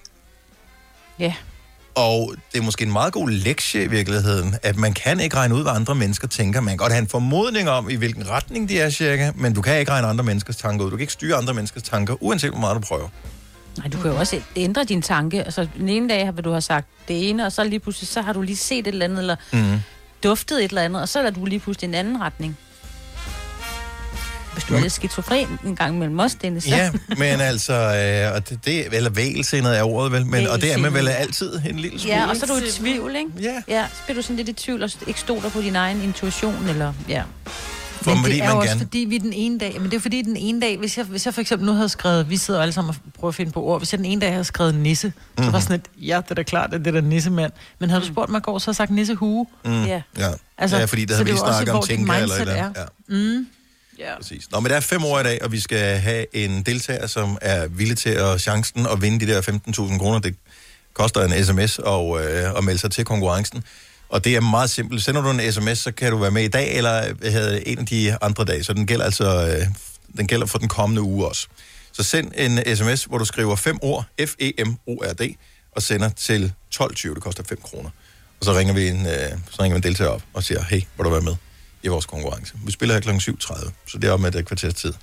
Ja. Og det er måske en meget god lektie i virkeligheden, at man kan ikke regne ud, hvad andre mennesker tænker. Man kan godt have en formodning om, i hvilken retning de er cirka, men du kan ikke regne andre menneskers tanker ud. Du kan ikke styre andre menneskers tanker, uanset hvor meget du prøver. Nej, du kan jo også ændre din tanke. Altså, den ene dag vil du have sagt det ene, og så lige pludselig, så har du lige set et eller andet, eller mm. duftet et eller andet, og så er du lige pludselig en anden retning. Hvis du er lidt skizofren en gang mellem os, Dennis. Ja, men altså, øh, og det, det, eller vælsindet er ordet vel, men, og det er man vel altid en lille smule. Ja, og så er du i tvivl, ikke? Ja. Ja, så bliver du sådan lidt i tvivl, og ikke stoler på din egen intuition, eller ja. For, men fordi det er man jo også gerne... fordi, vi den ene dag... Men det er fordi, den ene dag... Hvis jeg, hvis jeg for eksempel nu havde skrevet... Vi sidder alle sammen og prøver at finde på ord. Hvis jeg den ene dag havde skrevet nisse, mm-hmm. så var sådan et... Ja, det er da klart, at det er der nissemand. Men havde du spurgt mig i går, så havde jeg sagt nissehue. Mm. Ja. Ja. Altså, ja, fordi der havde vi snakket om tænker eller et eller andet. Ja. Mm. Ja. Præcis. Nå, men der er fem år i dag, og vi skal have en deltager, som er villig til at chancen at vinde de der femten tusind kroner. Det koster en sms og, øh, at melde sig til konkurrencen. Og det er meget simpelt. Sender du en sms, så kan du være med i dag, eller øh, en af de andre dage. Så den gælder altså øh, den gælder for den kommende uge også. Så send en sms, hvor du skriver fem ord, F E M O R D, og sender til tolv tyve. Det koster fem kroner. Og så ringer vi en, øh, så ringer vi en deltager op og siger, hey, vil du være med i vores konkurrence? Vi spiller her klokken syv tredive, så det er op med et kvarters tid.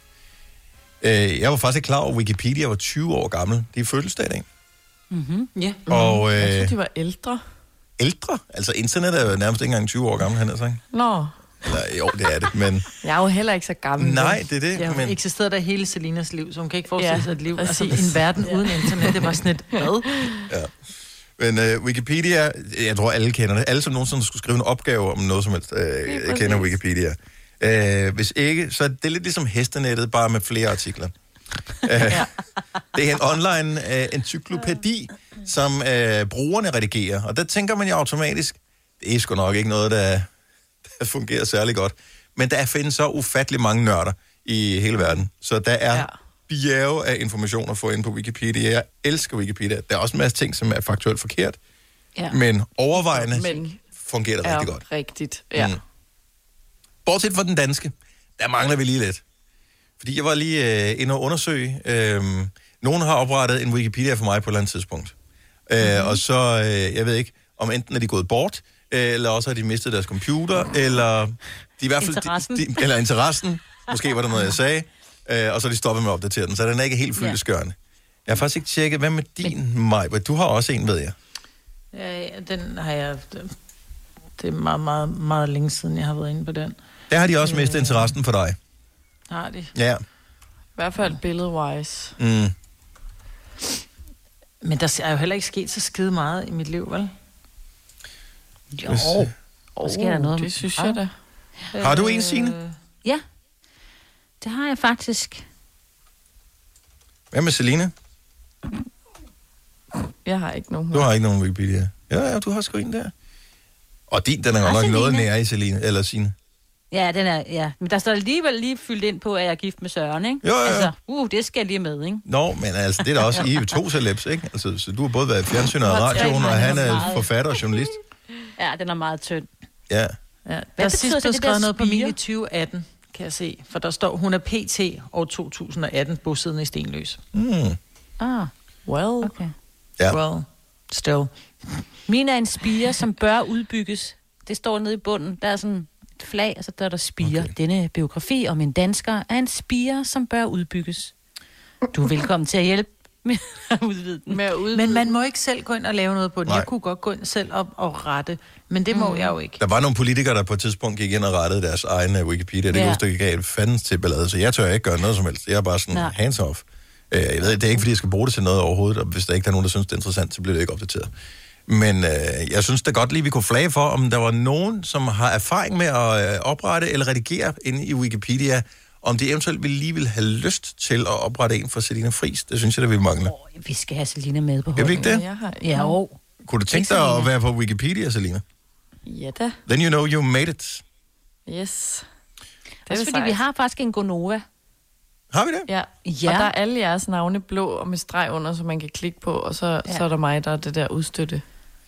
Øh, jeg var faktisk ikke klar over, at Wikipedia var tyve år gammel. Det er fødselsdag i dag. Mm-hmm. Ja. Og, øh, jeg tror, de var ældre. Ældre? Altså, internet er jo nærmest ikke engang tyve år gammel, han er sagt. Nå. Eller, jo, det er det, men... Jeg er jo heller ikke så gammel. Nej, det er det, Jeg har men... eksisteret der hele Selinas liv, så hun kan ikke forestille Ja, sig et liv. præcis. Altså, en verden Ja. uden internet, det var sådan et... Hvad? Ja. Men øh, Wikipedia, jeg tror, alle kender det. Alle, som nogensinde skulle skrive en opgave om noget som helst, øh, kender Wikipedia. Øh, hvis ikke, så er det lidt ligesom hestenettet, bare med flere artikler. Ja. Det er en online øh, encyklopædi, som øh, brugerne redigerer. Og der tænker man jo automatisk, det er sgu nok ikke noget, der, der fungerer særlig godt. Men der findes så ufattelig mange nørder i hele verden. Så der er ja. bjerge af information at få ind på Wikipedia. Jeg elsker Wikipedia. Der er også en masse ting, som er faktuelt forkert. Ja. Men overvejende Men fungerer det rigtig godt. rigtigt, ja. Mm. Bortset fra den danske, der mangler vi lige lidt. Fordi jeg var lige øh, inde og undersøge. Øh, nogen har oprettet en Wikipedia for mig på et eller andet tidspunkt. Øh, mm-hmm. Og så, øh, jeg ved ikke, om enten er de gået bort, øh, eller også har de mistet deres computer, eller de i hvert fald... Interessen. De, de, eller interessen. Måske var der noget, jeg sagde. Øh, og så er de stoppet med at opdatere den, så den er ikke helt fyldestgørende. Jeg har faktisk ikke tjekket, hvad med din, Maj? Du har også en, ved jeg. Ja, den har jeg... Det er meget, meget, meget længe siden, jeg har været inde på den. Der har de også mistet interessen for dig. Har de? Ja. I hvert fald billede-wise. Mm. Men der er jo heller ikke sket så skide meget i mit liv, vel? Jo. Der sker der noget. Det synes jeg da. Har du en, Signe? Ja. Det har jeg faktisk. Hvad med Selina? Jeg har ikke nogen. Du har ikke nogen Wikipedia. Ja, ja, du har sgu en der. Og din, den er godt nok Selina. noget nær i Selina, eller Signe. Ja, den er, ja. Men der står alligevel lige fyldt ind på, at jeg er gift med Søren, ikke? Jo, jo, jo. Altså, uh, det skal lige med, ikke? Nå, men altså, det er da også I er to celebs, ikke? Altså, så du har både været i fjernsyn og radioen, og han er forfatter og journalist. Ja, den er meget tynd. Ja. Ja, Hvad der betyder sidst så blev det skrevet der noget på min spire? i tyve atten, kan jeg se. For der står, hun er P T år to tusind atten, bosiddende i Stenløs. Mm. Ah, well. Okay. Ja. Well, still. Min er en spire, som bør udbygges. Det står nede i bunden. Der er sådan et flag, og så der er der spire. Okay. Denne biografi om en dansker er en spire, som bør udbygges. Du er velkommen til at hjælpe med at udvide den. Med at udvide. Men man må ikke selv gå ind og lave noget på den. Nej. Jeg kunne godt gå ind selv og, og rette, men det må mm. jeg jo ikke. Der var nogle politikere, der på et tidspunkt gik ind og rettede deres egen Wikipedia. Det Ja. ja. kunne gav fandens til ballade, så jeg tør ikke gøre noget som helst. Jeg er bare sådan Nej. hands off. Øh, Jeg ved, det er ikke, fordi jeg skal bruge det til noget overhovedet, og hvis der ikke er nogen, der synes, det er interessant, så bliver det ikke opdateret. Men øh, jeg synes da godt lige, vi kunne flage for, om der var nogen, som har erfaring med at øh, oprette eller redigere inde i Wikipedia, om de eventuelt vil lige vil have lyst til at oprette en for Selina Friis. Det synes jeg, der vil mangle. Oh, vi skal have Selina med på Kan vi ikke det? Jeg har Ja, jo. Kunne du tænke dig at være på Wikipedia, Selina? Ja da. Then you know you made it. Yes. Det er fordi, vi har faktisk en Gonova. Har vi det? Ja. Ja. Og der er alle jeres navne blå og med streg under, så man kan klikke på, og så, Ja. så er der mig, der er det der udstøtte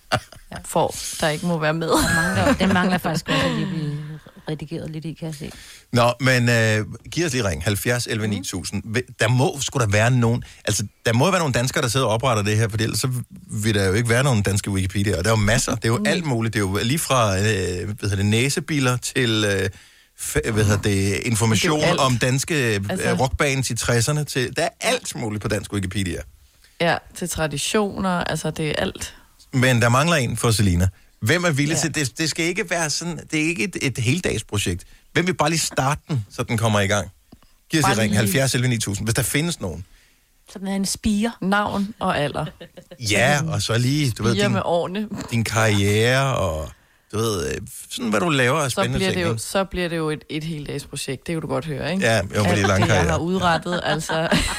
for, der ikke må være med. Den mangler, den mangler faktisk også at lige blive redigeret lidt i, kan jeg se. Nå, men øh, giv os lige ring. halvfjerds elleve ni tusind. Der må sgu da være nogen... Altså, der må være nogle danskere, der sidder og opretter det her, for ellers så vil der jo ikke være nogen danske Wikipedia. Og der er jo masser. Det er jo alt muligt. Det er jo lige fra øh, hvad hedder det, næsebiler til... Øh, f- hvad hedder det, information Det er jo alt. om danske Altså- altså... rockbands i tresserne til... Der er alt muligt på dansk Wikipedia. Ja, til traditioner, altså det er alt. Men der mangler en for Selina. Hvem er villig Ja. til... Det, det skal ikke være sådan... Det er ikke et, et heldagsprojekt. Hvem vil bare lige starte den, så den kommer i gang? Giv os Bare et ring. lige- halvfjerds elleve ni tusind. Hvis der findes nogen. Så den er en spire. Navn og alder. Ja, og så lige, du ved, Spire din, med årene. din karriere og du ved, øh, sådan hvad du laver af Så spændende bliver, ting. det jo, ikke? så bliver det jo et, et helt dags projekt. Det kan du godt høre, ikke? Ja, jo, fordi det er Alt lang det, jeg karriere. har udrettet, altså.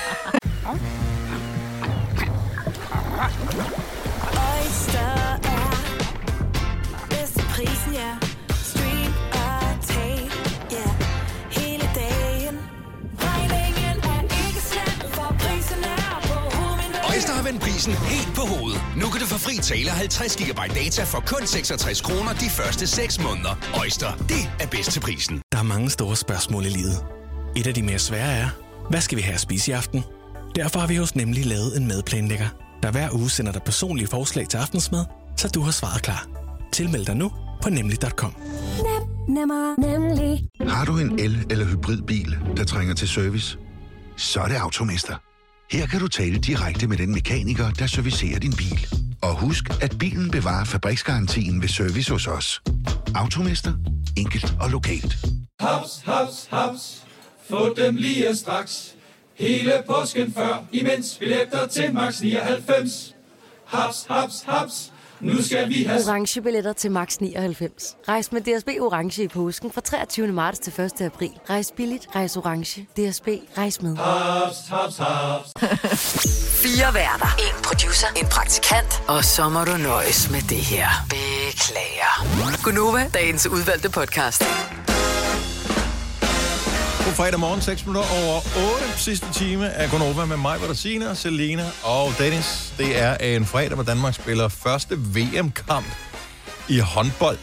Oyster er bedst til prisen, ja. Stream og tag, ja. Hele dagen. Regningen er ikke slem, for prisen er på hovedet. Oyster har vendt prisen helt på hovedet. Nu kan du få fri tale halvtreds gigabyte data for kun seksogtres kroner de første seks måneder. Oyster, det er bedst til prisen. Der er mange store spørgsmål i livet. Et af de mere svære er, hvad skal vi have at spise i aften? Derfor har vi hos Nemlig lavet en madplanlægger, der hver uge sender dig personlige forslag til aftensmad, så du har svaret klar. Tilmeld dig nu på nemlig punktum com. Nem, nemmer, nemlig. Har du en el- eller hybridbil, der trænger til service? Så er det Automester. Her kan du tale direkte med den mekaniker, der servicerer din bil. Og husk, at bilen bevarer fabriksgarantien ved service hos os. Automester. Enkelt og lokalt. Haps, haps, haps. Få dem lige straks. Hele påsken før, imens billetter til max nioghalvfems. Haps, haps, haps. Nu skal vi have... Orange billetter til max nioghalvfems. Rejs med D S B Orange i påsken fra treogtyvende marts til første april. Rejs billigt, rejs orange. D S B, rejs med. Haps, haps, haps. Fire værter. En producer. En praktikant. Og så må du nøjes med det her. Beklager. Gunova, dagens udvalgte podcast. God fredag morgen, seks minutter over otte. Sidste time af Gonova med mig, Bertasina, Selena og Dennis. Det er en fredag, hvor Danmark spiller første V M-kamp i håndbold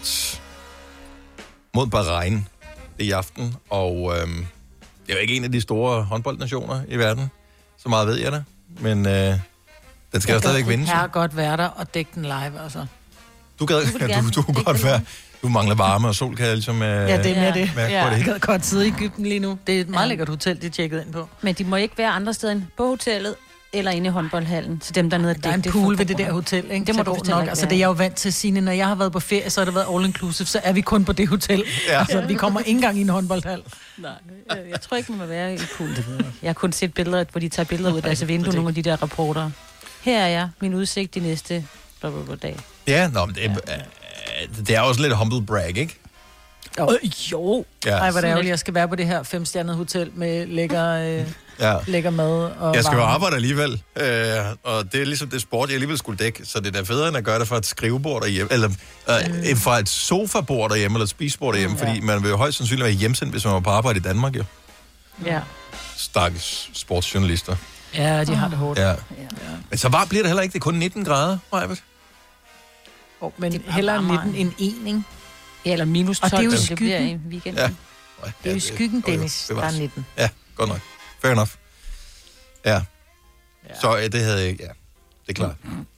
mod Bahrain i aften. Og øhm, det er jo ikke en af de store håndboldnationer i verden. Så meget ved jeg det. Men øh, den skal jo stadigvæk vinde. Jeg kan godt være der og dække den live, altså. Du kan du, du, du godt være... Du mangler varme og sol, kan jeg ligesom... Øh, Ja, det er med det. mærke Ja, på det. jeg kan godt sidde i Egypten lige nu. Det er et meget lækkert hotel, de er tjekket ind på. Men de må ikke være andre steder end på hotellet eller inde i håndboldhallen. Så dem, der er nede, Der er en pool ved det der hotel, ikke? Det må Så du går fortælle nok. Altså, det er jeg jo vant til, Signe. Når jeg har været på ferie, så har det været all inclusive, så er vi kun på det hotel. Ja. Altså, vi kommer ikke engang i en håndboldhal. Nej, jeg, jeg tror ikke, man må være i pool. Det ved jeg ikke. Jeg har kun set billeder, hvor de tager billeder ud af deres vindue, nogle af de der rapporter. Her er jeg, min udsigt de næste dag. Ja, nå, men det er, ja. det er også lidt humble brag, ikke? Jo. jo. Ja. Ej, hvor det ærgerligt, jeg skal være på det her femstjernede hotel med lækker, øh, Ja. lækker mad og Jeg skal jo varme. arbejde alligevel, øh, og det er ligesom det sport, jeg alligevel skulle dække, så det er da federe, end at gøre det fra et skrivebord derhjemme, eller øh, fra et sofabord derhjemme, eller et spisebord derhjemme, Ja. fordi man vil jo højst sandsynligt være hjemsendt, hvis man var på arbejde i Danmark, jo. Ja. Stakkels sportsjournalister. Ja, de har det hårdt. Ja. Men så varmt bliver det heller ikke, det er kun nitten grader, Majbert. Oh, men hellere nitten end en, ikke? Ja, eller minus Og det er jo tolv, i det bliver i skyggen. weekenden. Ja. Det er jo i skyggen, Dennis, det der var- er nitten. Ja, godt nok. Fair enough. Ja. Så øh, det havde jeg ikke, ja. Det er klart.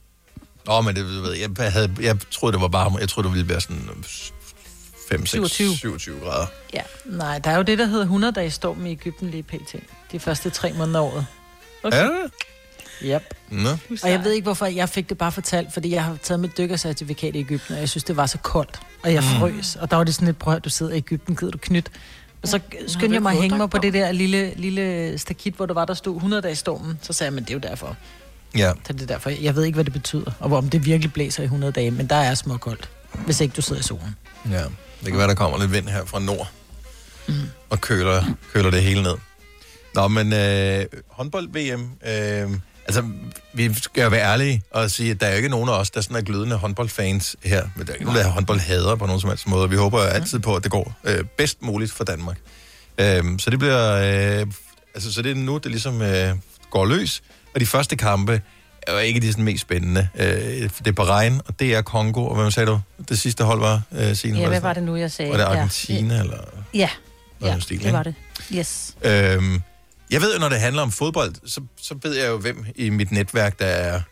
Nå, men det ved jeg, jeg, havde, jeg troede, det var bare, jeg troede, det ville være sådan fem, seks, syvogtyve. syvogtyve grader. Ja. Nej, der er jo det, der hedder hundrede-dages storm i Egypten lige pt. De første tre måneder af året. Okay. Er det? Yep. Nå. Og jeg ved ikke, hvorfor jeg fik det bare fortalt, fordi jeg har taget mit dykkercertifikat i Egypten, og jeg synes, det var så koldt, og jeg frøs. Og der var det sådan lidt, prøv at du sidder i Egypten, gider du knyt? Og så skyndte jeg mig at hænge mig på det der lille, lille stakit, hvor der var, der stod hundrede-dages stormen. Så sagde jeg, men det er jo derfor. Ja. Så det er derfor. Jeg ved ikke, hvad det betyder, og om det virkelig blæser i hundrede dage, men der er småkoldt, hvis ikke du sidder i solen. Ja, det kan være, der kommer lidt vind her fra nord, mm. og køler, køler det hele ned. Nå, men øh, håndbold-V M, øh, altså, vi skal jo være ærlige og sige, at der er jo ikke nogen af os, der sådan er glødende håndboldfans her, men der er ikke nogen, der er håndboldhader på nogen som helst måde. Vi håber altid på, at det går øh, bedst muligt for Danmark. Øh, så det bliver, øh, altså, så det er nu, det ligesom øh, går løs, og de første kampe er jo ikke de sådan mest spændende. Øh, det er Bahrain, og det er Kongo, og hvad sagde du? Det sidste hold var, øh, Signe? Ja, hvad var det nu, jeg sagde? Var det Ja. Argentina, eller? Ja, Noget ja i stil, det ikke? var det. Yes. Øhm, jeg ved jo, når det handler om fodbold, så, så ved jeg jo, hvem i mit netværk, der er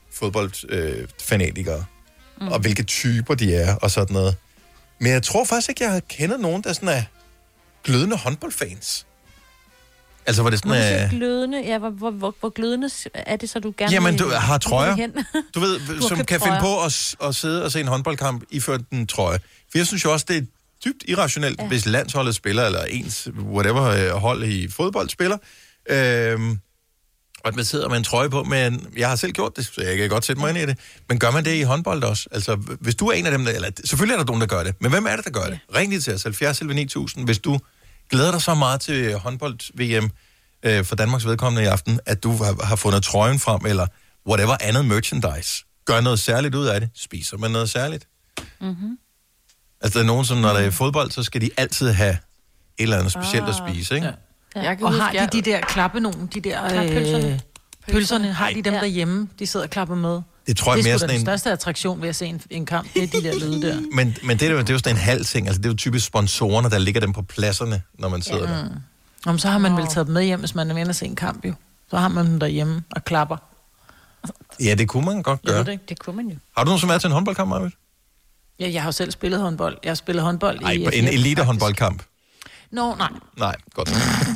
fodboldfanatikere, øh, mm. og hvilke typer de er, og sådan noget. Men jeg tror faktisk ikke, jeg kender nogen, der sådan er glødende håndboldfans. Altså, var det sådan... Må du sige Øh, glødende? Ja, hvor, hvor, hvor, hvor glødende er det, så du gerne jamen, vil- du har vil trøjer. hen? Du ved, Du har som købt kan trøjer. finde på at, s- at sidde og se en håndboldkamp iført en trøje. For jeg synes jo også, det er dybt irrationelt, ja. hvis landsholdet spiller, eller ens whatever øh, hold i fodbold spiller, øhm, Og at man sidder med en trøje på, men jeg har selv gjort det, så jeg kan godt sætte mig ind i det. Men gør man det i håndbold også? Altså, hvis du er en af dem, der, eller selvfølgelig er der nogen, der gør det, men hvem er det, der gør det? Ring lige til os, halvfjerds elleve ni tusind, hvis du glæder dig så meget til håndbold-V M øh, for Danmarks vedkommende i aften, at du har, har fundet trøjen frem, eller whatever andet merchandise. Gør noget særligt ud af det. Spiser man noget særligt? Mm-hmm. Altså, der er nogen, som når der er fodbold, så skal de altid have et eller andet specielt ah, at spise, ikke? Ja. Ja. Jeg kan og huske, har de jeg... de der klappe nogen, de der øh, pølserne? Pølserne, har de dem ja. derhjemme, de sidder og klapper med? Det tror jeg det er mere sådan den en... største attraktion ved at se en, en kamp, det er de der lyde der. Men, men det, er jo, det er jo sådan en halv ting, altså det er jo typisk sponsorerne, der ligger dem på pladserne, når man sidder ja. der. Mm. Om så har man vel taget dem med hjem, hvis man er ved at se en kamp jo. Så har man dem derhjemme og klapper. Ja, det kunne man godt gøre. Det, det kunne man jo. Har du nogen, som er til en håndboldkamp, Marvitt? Ja, jeg har jo selv spillet håndbold. Jeg har spillet håndbold Ej, i... Ej, en elite-håndboldkamp? Nå, nej. Nej, godt.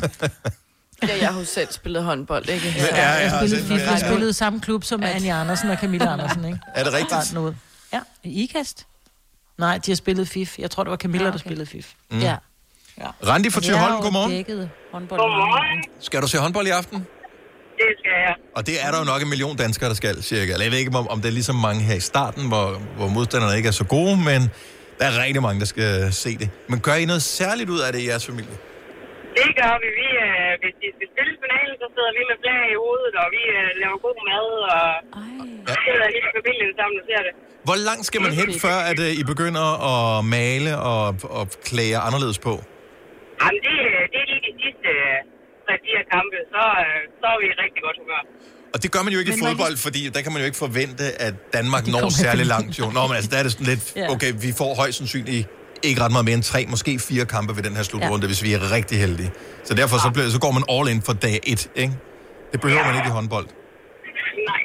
Ja, jeg har jo selv spillet håndbold, ikke? Ja, ja, jeg spillede FIFA. Jeg spillede i samme klub som Anja Andersen og Camilla Andersen, ikke? Er det rigtigt? Noget. Ja, i IKAST. Nej, de har spillet F I F. Jeg tror, det var Camilla, ja, okay. der spillede F I F. Mm. Ja. ja. Randi fra Thyholm, godmorgen. Godmorgen. Skal du se håndbold i aften? Det skal jeg. Og det er der jo nok en million danskere, der skal, cirka. Eller jeg ved ikke, om, om det er ligesom mange her i starten, hvor, hvor modstanderne ikke er så gode, men der er rigtig mange, der skal se det. Men gør I noget særligt ud af det i jeres familie? Det gør vi. vi øh, hvis de skal spille finalen, så sidder vi med flag i hovedet, og vi øh, laver god mad, og ja. sidder hele familien sammen og ser det. Hvor langt skal man hen, før at uh, I begynder at male og, og klæde anderledes på? Jamen, det, det er lige de sidste tre-fire kampe, så, så er vi i rigtig godt humør. Og det gør man jo ikke men i fodbold, fordi der kan man jo ikke forvente, at Danmark når særlig langt. Jo. Nå, men altså, der er det sådan lidt, okay, vi får højst sandsynligt ikke ret meget mere end tre, måske fire kampe ved den her slutrunde, ja. hvis vi er rigtig heldige. Så derfor så, bliver, så går man all in for dag et, ikke? Det behøver ja. man ikke i håndbold. Nej.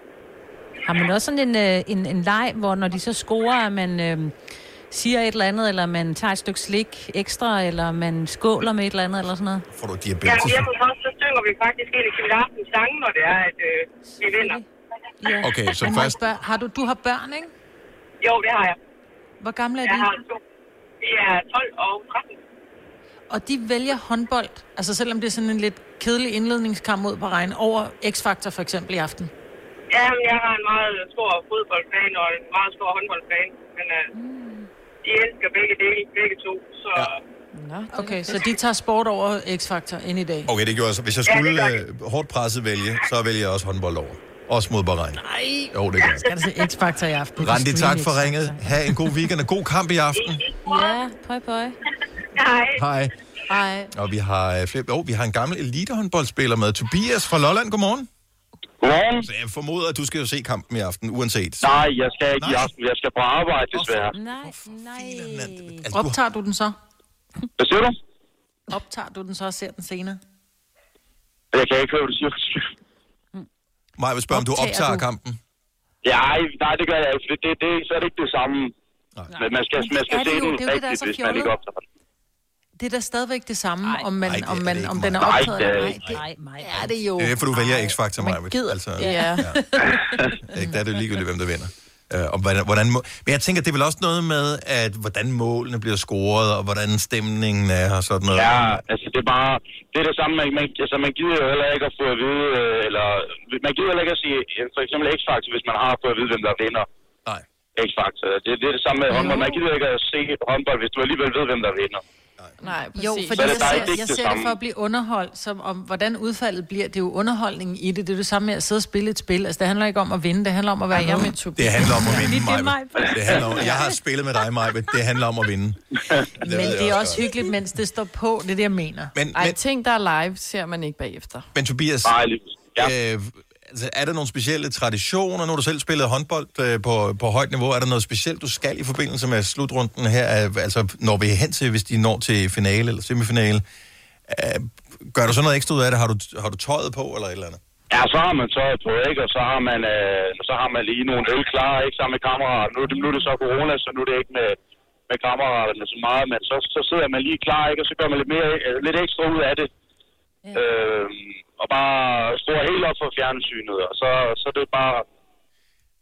Har man også sådan en, en, en leg, hvor når de så scorer, man øh, siger et eller andet, eller man tager et stykke slik ekstra, eller man skåler med et eller andet, eller sådan noget? Får du diabetes? Ja, hjemme hos os, så synger vi faktisk en af Kim sange, når det er, at øh, vi vinder. Ja. Okay, så men først... Spørge, har du, du har børn, ikke? Jo, det har jeg. Hvor gamle er jeg de? Jeg har to. De er tolv og tretten. Og de vælger håndbold, altså selvom det er sådan en lidt kedelig indledningskamp mod på regn, over X-Factor for eksempel i aften? Ja, men jeg har en meget stor fodboldfan og en meget stor håndboldfan, men uh, mm. de elsker begge dele, begge to, så... Ja. Nå, okay, så de tager sport over X-Factor ind i dag? Okay, det gjorde jeg så. Hvis jeg skulle ja, uh, hårdt presset vælge, så vælger jeg også håndbold over. Også mod Bahrain. Nej. Jo, det gør jeg. Skal du se X-Factor i aften? Randi, tak for ringet. Ha' en god weekend og god kamp i aften. Ja, pøj, pøj. Hej. Hej. Hej. Og vi har flere... Oh, vi har en gammel elitehåndboldspiller med. Tobias fra Lolland, godmorgen. Godmorgen. Så jeg formoder, at du skal jo se kampen i aften, uanset. Nej, jeg skal ikke nej. i aften. Jeg skal på arbejde, desværre. Nej, nej. Altså, optager du den så? Hvad siger du? Optager du den så og ser den senere? Jeg kan ikke høre, hvad du siger. Maja, vil spørge, om du optager du? kampen? Ja, nej, det gør jeg ikke. Det, det, det, så er det ikke det samme. Nej. Men man skal, man skal se den rigtigt, hvis man ikke optager den. Det er da stadigvæk det samme, Ej, om, man, ej, om, man, om den er nej, optaget. det er Nej, ikke. nej, nej, er det jo. Det er, for du vælger X-Factor, Maja. Altså, ja. ja. Der er det jo ligegyldigt, hvem der vinder. Uh, og hvordan, hvordan må... Men jeg tænker, det er vel også noget med, at hvordan målene bliver scoret, og hvordan stemningen er, og sådan noget. Ja, altså det er bare... Det er det samme, man, man, altså, man gider jo heller ikke at få at vide, eller... Man gider heller ikke at sige, for eksempel X-Factor, hvis man har fået at vide, hvem der vinder. Nej. X-Factor. Det, det er det samme med håndbold. Man gider ikke at se håndbold, hvis du alligevel ved, hvem der vinder. Nej, præcis. Jo, fordi jeg ser, jeg ser det for at blive underholdt, som om, hvordan udfaldet bliver. Det er jo underholdningen i det. Det er det samme med at sidde og spille et spil. Altså, det handler ikke om at vinde, det handler om at være jeg med Det handler om at vinde, Maja. Det handler om, jeg har spillet med dig, Maja. Det handler om at vinde. Det men det er også hyggeligt, mens det står på. Det er det, jeg mener. Men, Ej, men, ting, der er live, ser man ikke bagefter. Men Tobias, ja. øh, altså, er der nogle specielle traditioner, når du selv spillede håndbold øh, på, på højt niveau? Er der noget specielt, du skal i forbindelse med slutrunden her? Altså, når vi er hen til, hvis de når til finale eller semifinale, øh, gør du så noget ekstra ud af det? Har du, har du tøjet på, eller et eller andet? Ja, så har man tøjet på, ikke? Og så har man, øh, så har man lige nogle øl klar, ikke? Sammen med kammerater. Nu, nu er det så corona, så nu er det ikke med, med kammeraterne så meget, men så, så sidder man lige klar, ikke? Og så gør man lidt, mere, lidt ekstra ud af det. Ja. Øh, og bare står helt op for fjernsynet, og så, så det er bare...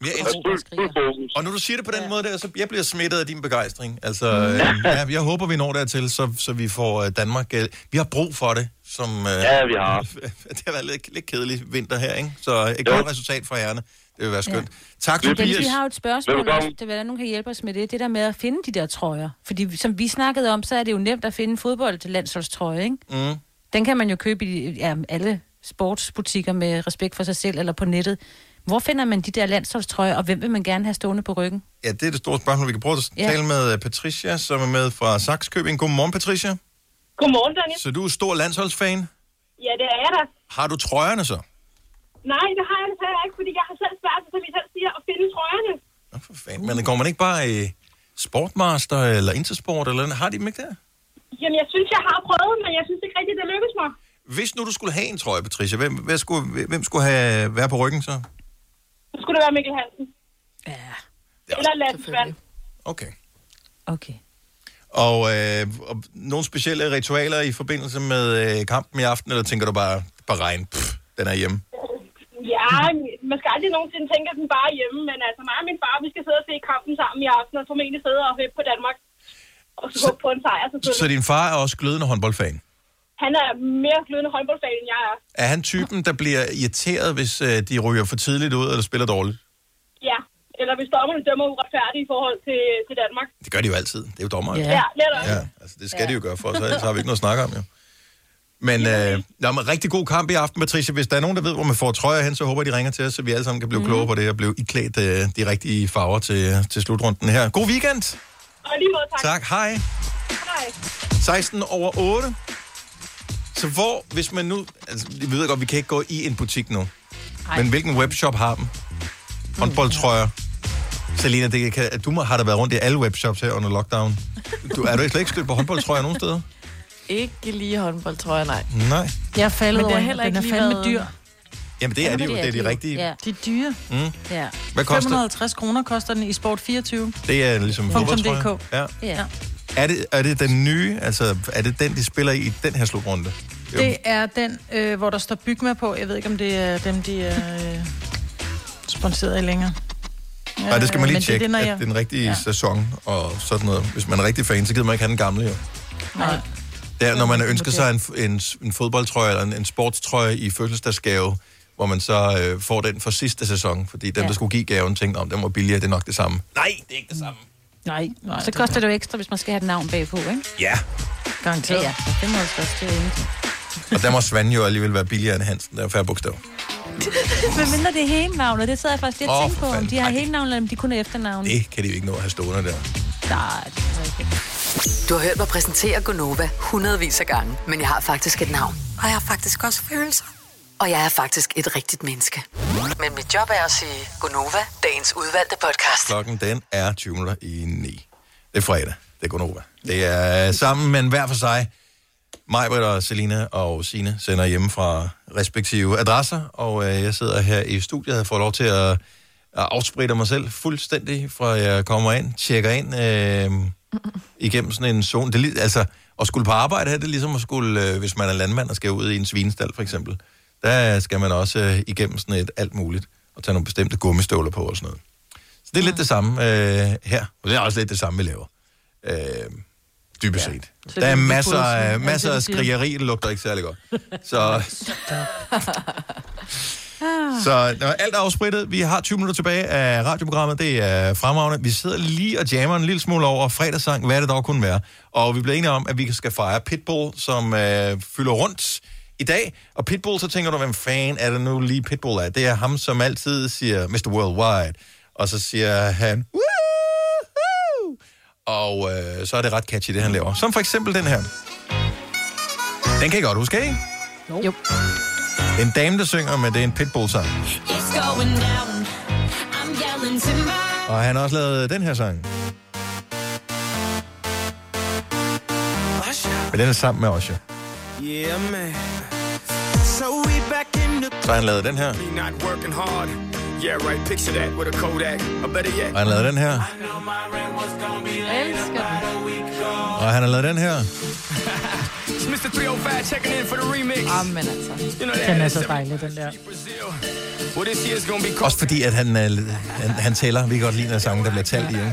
Jeg elsker. Og når du siger det på den ja. måde der, så jeg bliver smittet af din begejstring. Altså, øh, ja, jeg håber, vi når dertil, så, så vi får Danmark... Øh, vi har brug for det, som... Øh, ja, vi har. Det har været lidt, lidt kedelig vinter her, ikke? Så et godt resultat for hjernen. Det vil være skønt. Ja. Tak, Tobias. Vi har jo et spørgsmål også, til hvad der nogen kan hjælpe os med det. Det der med at finde de der trøjer. Fordi som vi snakkede om, så er det jo nemt at finde en fodbold til landsholdstrøje, ikke? Mm. Den kan man jo købe i ja, alle sportsbutikker med respekt for sig selv eller på nettet. Hvor finder man de der landsholdstrøjer, og hvem vil man gerne have stående på ryggen? Ja, det er det store spørgsmål. Vi kan prøve at ja. tale med Patricia, som er med fra Sakskøbing. Godmorgen, Patricia. Godmorgen, Daniel. Så du er stor landsholdsfan? Ja, det er jeg da. Har du trøjerne så? Nej, det har jeg desværre ikke, fordi jeg har selv svært, som vi selv siger, at finde trøjerne. Nå, for fanden. Men går man ikke bare i Sportmaster eller Intersport, eller har de dem ikke der? Jamen, jeg synes, jeg har prøvet, men jeg synes ikke rigtigt, det lykkes mig. Hvis nu du skulle have en trøje, Patricia, hvem, hvem, skulle, hvem skulle have, være på ryggen så? Så skulle det være Mikkel Hansen. Ja. Eller Landsvand. Okay. Okay. Og, øh, og nogle specielle ritualer i forbindelse med øh, kampen i aften, eller tænker du bare, bare regn, pff, den er hjemme? Ja, man skal aldrig nogensinde tænke, at den bare er hjemme, men altså mig og min far, vi skal sidde og se kampen sammen i aften, og formentlig sidde og høbe på Danmark. Og så håbe på en sejr, selvfølgelig. Så din far er også glødende håndboldfan? Han er mere glødende håndboldfan, end jeg er. Er han typen, der bliver irriteret, hvis øh, de ryger for tidligt ud, eller spiller dårligt? Ja, eller hvis dommerne dømmer uretfærdigt i forhold til, til Danmark. Det gør de jo altid. Det er jo dommere. Ja, ja lidt også. Ja, altså det skal ja. de jo gøre for os, så har vi ikke noget at snakke om, jo. Men øh, der er en rigtig god kamp i aften, Patricia. Hvis der er nogen, der ved, hvor man får trøjer hen, så håber jeg, de ringer til os, så vi alle sammen kan blive mm. klogere på det og blive iklædt øh, de rigtige farver til, til slutrunden her. God weekend! Og lige måde, tak. Tak, hej. Hej. seksten over otte. Så hvor, hvis man nu... Altså, vi ved godt, vi kan ikke gå i en butik nu. Ej. Men hvilken webshop har dem? Håndboldtrøjer. Selina, det kan, du må, har da været rundt i alle webshops her under lockdown. Du, er du slet ikke stødt på håndboldtrøjer nogen steder? Ikke lige håndboldtrøjer, nej. Nej. Jeg er faldet over, den er fandme været... dyr. Jamen det er de jo, det er de rigtige. Ja. De er dyre. Mm. Ja. Hvad koster? fem hundrede og halvtreds kroner koster den i Sport fireogtyve. Det er ligesom fodboldtrøje. Ja. Ja. Er det, er det den nye, altså er det den, de spiller i i den her slutrunde? Det er den, øh, hvor der står byg med på. Jeg ved ikke, om det er dem, de er øh, sponsoreret i længere. Ja, Nej, det skal man lige tjekke, det, at jeg... det er den rigtige ja. sæson og sådan noget. Hvis man er rigtig fan, så gider man ikke have den gamle, jo. Nej. Det er, når man ønsker sig en, en, en fodboldtrøje eller en, en sportstrøje i fødselsdagsgave, hvor man så øh, får den for sidste sæson, fordi dem, ja. der skulle give gaven, tænkte, om den var billigere, det er nok det samme. Nej, det er ikke det samme. Nej, Nej så det koster det jo ekstra, hvis man skal have et navn bagpå, ikke? Ja. Garanteret. Ja, ja. Det må også koste ingenting. Og der må Svand jo alligevel være billigere end Hansen, der er færre bogstaver. Men mindre det er hele navnet, det sidder jeg faktisk lidt oh, at tænke på, om de har hele navnet, eller om de kun er efternavn. Det kan de jo ikke nå at have stående der. Nej, det er ikke. Du har hørt mig præsentere Gonova hundredvis af gange, men jeg har faktisk et navn. Og jeg har faktisk også følelser. Og jeg er faktisk et rigtigt menneske. Men mit job er at sige Gonova, dagens udvalgte podcast. Klokken den er tyve minutter i ni. Det er fredag. Det er Gonova. Det er sammen, men hver for sig. Majbrit og Selina og Signe sender hjemme fra respektive adresser, og øh, jeg sidder her i studiet og får lov til at, at afspritte mig selv fuldstændig, fra jeg kommer ind, tjekker ind øh, igennem sådan en zone. Det, altså, at skulle på arbejde her, det er ligesom at skulle, øh, hvis man er landmand og skal ud i en svinestald for eksempel, der skal man også øh, igennem sådan et alt muligt, og tage nogle bestemte gummistøvler på og sådan noget. Så det er lidt det samme øh, her, og det er også lidt det samme, vi laver. Øh, Dybest set. Ja. Der er masser af, masser af skrigeri, det lugter ikke særlig godt. Så, så når alt er afsprittet. Vi har tyve minutter tilbage af radioprogrammet. Det er fremragende. Vi sidder lige og jammer en lille smule over fredagssang, hvad det dog kunne være. Og vi bliver enige om, at vi skal fejre Pitbull, som øh, fylder rundt i dag. Og Pitbull, så tænker du, hvem fan er det nu lige Pitbull er? Det er ham, som altid siger mister Worldwide. Og så siger han... Woo! Og øh, så er det ret catchy, det han laver. Som for eksempel den her. Den kan I godt huske, ikke? Jo. jo. Det er en dame, der synger, men det er en Pitbull-sang. Og han har også lavet den her sang. Men den er sammen med Usher. Så har han lavet den her. Yeah, right. Picture that with a Kodak. Or better yet. Og han har lavet den her. Og han har lavet den her. mister tre nul fem checking in for the remix. Amen, altså. Den er så dejlig, den der. Også fordi, at han, han, han tæller. Vi kan godt lide, når sange, der bliver talt i. Ikke?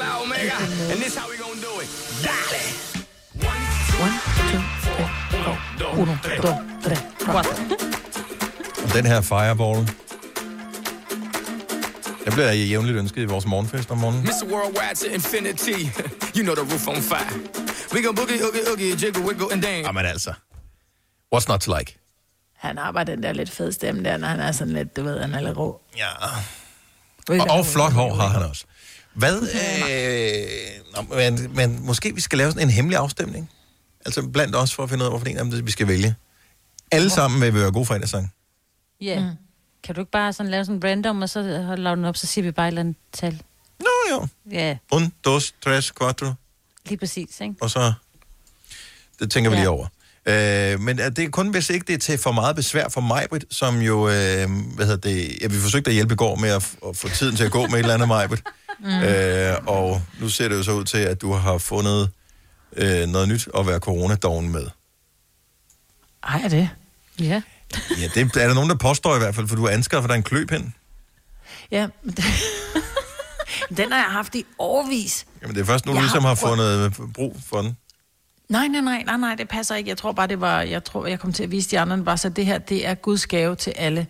Og den her Fireball, den bliver jævnligt ønsket i vores morgenfest om morgenen. mister Worldwide to infinity. You know the roof on fire. We go boogie, oogie, oogie, jiggle, wiggle and dance. Jamen altså. What's not to like? Han har bare den der lidt fed stemme der, når han er sådan lidt, du ved, han er lidt rå. Ja. Og, og flot hår har han også. Hvad? Øh, men, men måske vi skal lave sådan en hemmelig afstemning. Altså blandt os for at finde ud af, hvorfor en af dem vi skal vælge. Alle sammen vil være gode fredagssang. Ja. Yeah. Mm. Kan du ikke bare sådan lave sådan en random, og så lave den op, så siger vi bare et eller andet tal? Nå jo. Ja. Yeah. Un, dos, tres, cuatro. Lige præcis, ikke? Og så, det tænker vi ja. lige over. Øh, men det er kun, hvis ikke det er til for meget besvær for Majbrit, som jo, øh, hvad hedder det, ja, vi forsøgte at hjælpe i går med at, f- at få tiden til at gå med et eller andet, Majbrit. Mm. Øh, og nu ser det jo så ud til, at du har fundet øh, noget nyt at være coronadoven med. Ej, er det? Ja. Ja, det er der nogen, der påstår i hvert fald, for du har anskaffet dig en kløpind. Ja, men det... den har jeg haft i årevis. Jamen det er først nu, du ligesom har fundet brug for den. Nej, nej, nej, nej, nej, det passer ikke. Jeg tror bare, det var, jeg tror, jeg kom til at vise de andre, bare så det her, det er Guds gave til alle.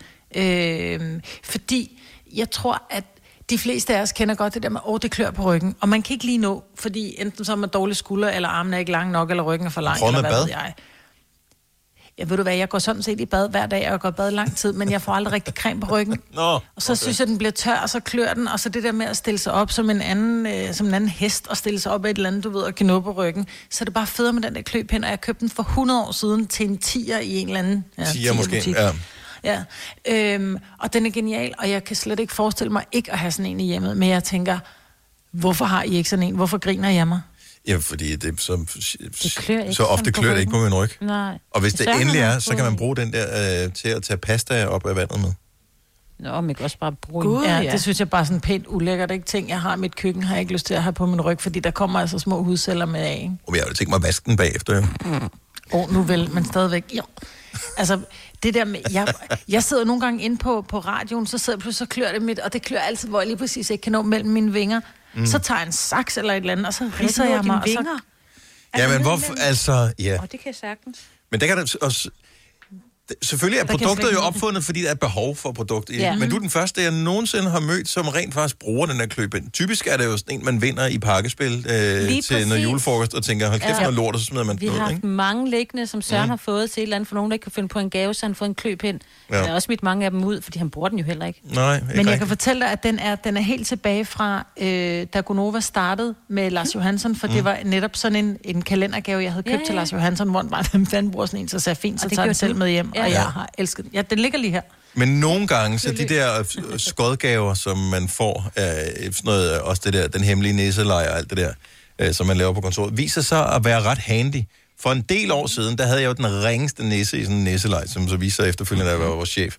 Øh, fordi jeg tror, at de fleste af os kender godt det der med, åh, oh, det klør på ryggen. Og man kan ikke lige nå, fordi enten så er man dårlig skulder, eller armen er ikke lang nok, eller ryggen er for lang, eller hvad bad. ved jeg. Jeg ved du hvad, jeg går sådan set i bad hver dag, og jeg går bad lang tid, men jeg får aldrig rigtig creme på ryggen. Nå, og så okay. synes jeg, den bliver tør, og så klør den, og så det der med at stille sig op som en anden, øh, som en anden hest, og stille sig op af et eller andet, du ved, og knuppe på ryggen. Så er det bare federe med den der kløpind, og jeg købte den for hundrede år siden til en tier i en eller anden... Ja, tier måske, ja. Ja, øhm, og den er genial, og jeg kan slet ikke forestille mig ikke at have sådan en i hjemmet, men jeg tænker, hvorfor har I ikke sådan en? Hvorfor griner jeg mig? Ja, fordi det, så, det klør ikke så ofte klør det ikke på min ryg. Nej. Og hvis det det endelig er, så kan man bruge den der øh, til at tage pasta op af vandet med. Nå, man kan også bare bruge God, ja, ja, det synes jeg bare sådan pænt ulækkert, ikke? Ting, jeg har i mit køkken, har jeg ikke lyst til at have på min ryg, fordi der kommer altså små hudceller med af, ikke? Og jeg vil tænke mig at vaske den bagefter, jo. Åh, oh, nu vel, men stadigvæk, ja. Altså, det der med, jeg, jeg sidder nogle gange inde på, på radioen, så sidder jeg pludselig, så klør det mit, og det klør altid, hvor jeg lige præcis ikke kan nå mellem mine vinger. Mm. Så tager jeg en saks eller et eller andet, og så ridser jeg mig, og så... Ja, men hvorfor, altså, ja. Åh, det kan jeg sagtens. Men der kan der også... Selvfølgelig er produktet jo opfundet, fordi der er behov for produktet. Ja. Men du er den første, jeg nogensinde har mødt, som rent faktisk bruger den her kløbind. Typisk er det jo sådan en, man vinder i pakkespil øh, til præcis. noget julefrokost, og tænker, hold kæft, Ja. noget lort, og så smider man Vi den ud, har haft ikke? mange liggende, som Søren Mm. har fået til et eller andet, for nogen, der ikke kan finde på en gave, så han har fået en kløpind. Ja. Jeg har også smidt mange af dem ud, fordi han bruger den jo heller ikke. Nej, ikke Men jeg rigtigt. kan fortælle dig, at den er, den er helt tilbage fra, øh, da Gonova startede med Lars Johansson, for mm. det var netop sådan en, en kalendergave, jeg havde købt Ja, ja, ja. til Lars Johansson, hvor den var, hvem fanden bruger sådan en, så sagde fint, så Og det tager den gjorde selv du. med hjem, Ja. og Ja. jeg har elsket den. Ja, den ligger lige her. Men nogle gange, så de der øh, skodgaver, som man får, øh, sådan noget, øh, også det der, den hemmelige nisselej og alt det der, øh, som man laver på kontoret, viser sig at være ret handy. For en del år siden, der havde jeg jo den ringeste nisse i sådan en nisselej, som så viser sig efterfølgende, at jeg var vores chef.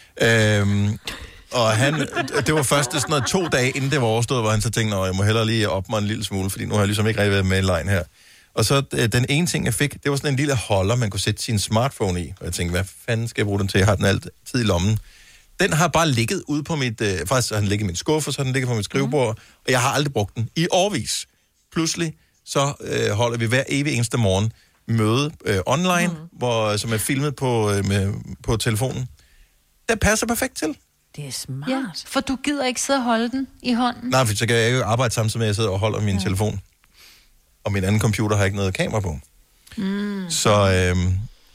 Øhm, og han, det var først sådan noget to dage, inden det var overstået, hvor han så tænkte, at jeg må hellere lige op mig en lille smule, fordi nu har jeg ligesom ikke rigtig været med i lejen her. Og så øh, den ene ting, jeg fik, det var sådan en lille holder, man kunne sætte sin smartphone i. Og jeg tænkte, hvad fanden skal jeg bruge den til? Jeg har den altid i lommen. Den har bare ligget ude på mit... Øh, faktisk har den ligget i min skuffe, så har den ligget på mit skrivebord, mm. og jeg har aldrig brugt den i årevis. Pludselig så øh, holder vi hver evig eneste morgen møde øh, online, mm. hvor, som er filmet på, øh, med, på telefonen. Det passer perfekt til. Det er smart. Ja, for du gider ikke sidde og holde den i hånden. Nej, for så kan jeg ikke arbejde samtidig med, at jeg sidder og holder min ja. telefon. Og min anden computer har ikke noget kamera på. Mm. Så, øh,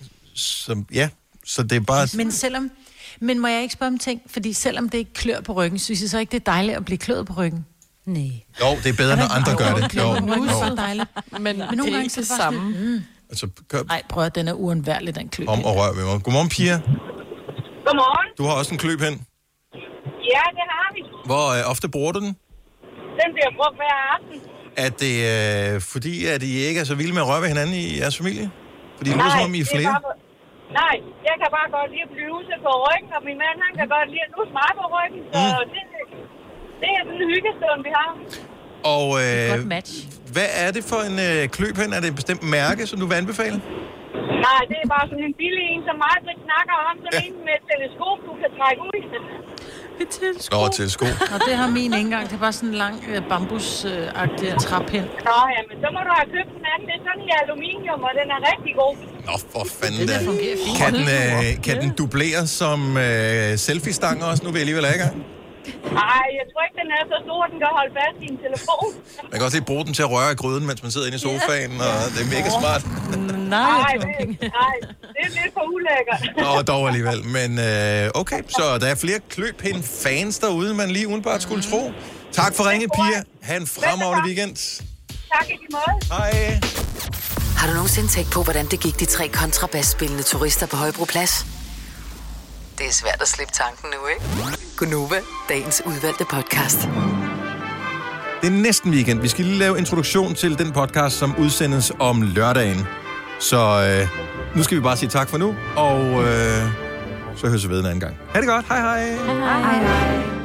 så ja, så det er bare... Men selvom... Men må jeg ikke spørge om ting? Fordi selvom det ikke klør på ryggen, synes jeg så ikke, det er dejligt at blive kløet på ryggen? Nej. Jo, det er bedre, når andre gør det. Jo, Nu er det jo. så dejligt. Men, Men det nogle er gange ikke så er det det bare samme. sådan, mm. Altså, kør Ej, prøv at den er uundværlig, den kløb. om og rør ved mig. Godmorgen, Pia. Godmorgen. Du har også en kløb hen. Ja, det har vi. Hvor øh, ofte bruger du den? Den bliver brugt hver aften. Er det øh, fordi, at I ikke er så vilde med at røre ved hinanden i jeres familie? Fordi det lyder Nej, som om, I er det er flere. bare- Nej, jeg kan bare godt lide at bluse på ryggen, og min mand, han kan godt lide at nusse mig på ryggen, så Mm. det, det er sådan en hyggestund, vi har. Og øh, Godt match. hvad er det for en øh, kløb hen? Er det et bestemt mærke, som du vil anbefale? Nej, det er bare sådan en billig en, som Margrit snakker om, sådan ja. en med et teleskop, du kan trække ud i Til sko. Nå, til sko. Og det har min ikke engang. Det er bare sådan en lang øh, bambus-agtig øh, trappind. Nå, jamen, så må du have købt den anden. Det er sådan i aluminium, og den er rigtig god. Nå, for fanden da. fint. Kan den, øh, kan den dublere som øh, selfie-stang også? Nu vil jeg alligevel have i gang. Nej, jeg tror ikke, den er så stor, den kan holde fast i en telefon. Man kan også lige bruge den til at røre i gryden, mens man sidder inde i sofaen, og det er mega smart. Nej, det, nej, det er lidt for ulækkert. Nå, dog alligevel. Men øh, okay, så der er flere kløpind-fans derude, man lige udenbart skulle tro. Tak for ringe, Pia. Ha' en fremragende weekend. Tak i lige måde. Hej. Har du nogensinde tænkt på, hvordan det gik de tre kontrabasspillende turister på Højbroplads? Det er svært at slippe tanken nu, ikke? Gunova, dagens udvalgte podcast. Det er næsten weekend. Vi skal lige lave introduktion til den podcast, som udsendes om lørdagen. Så øh, nu skal vi bare sige tak for nu, og øh, så høres vi ved en anden gang. Ha' det godt. Hej hej. Hej hej.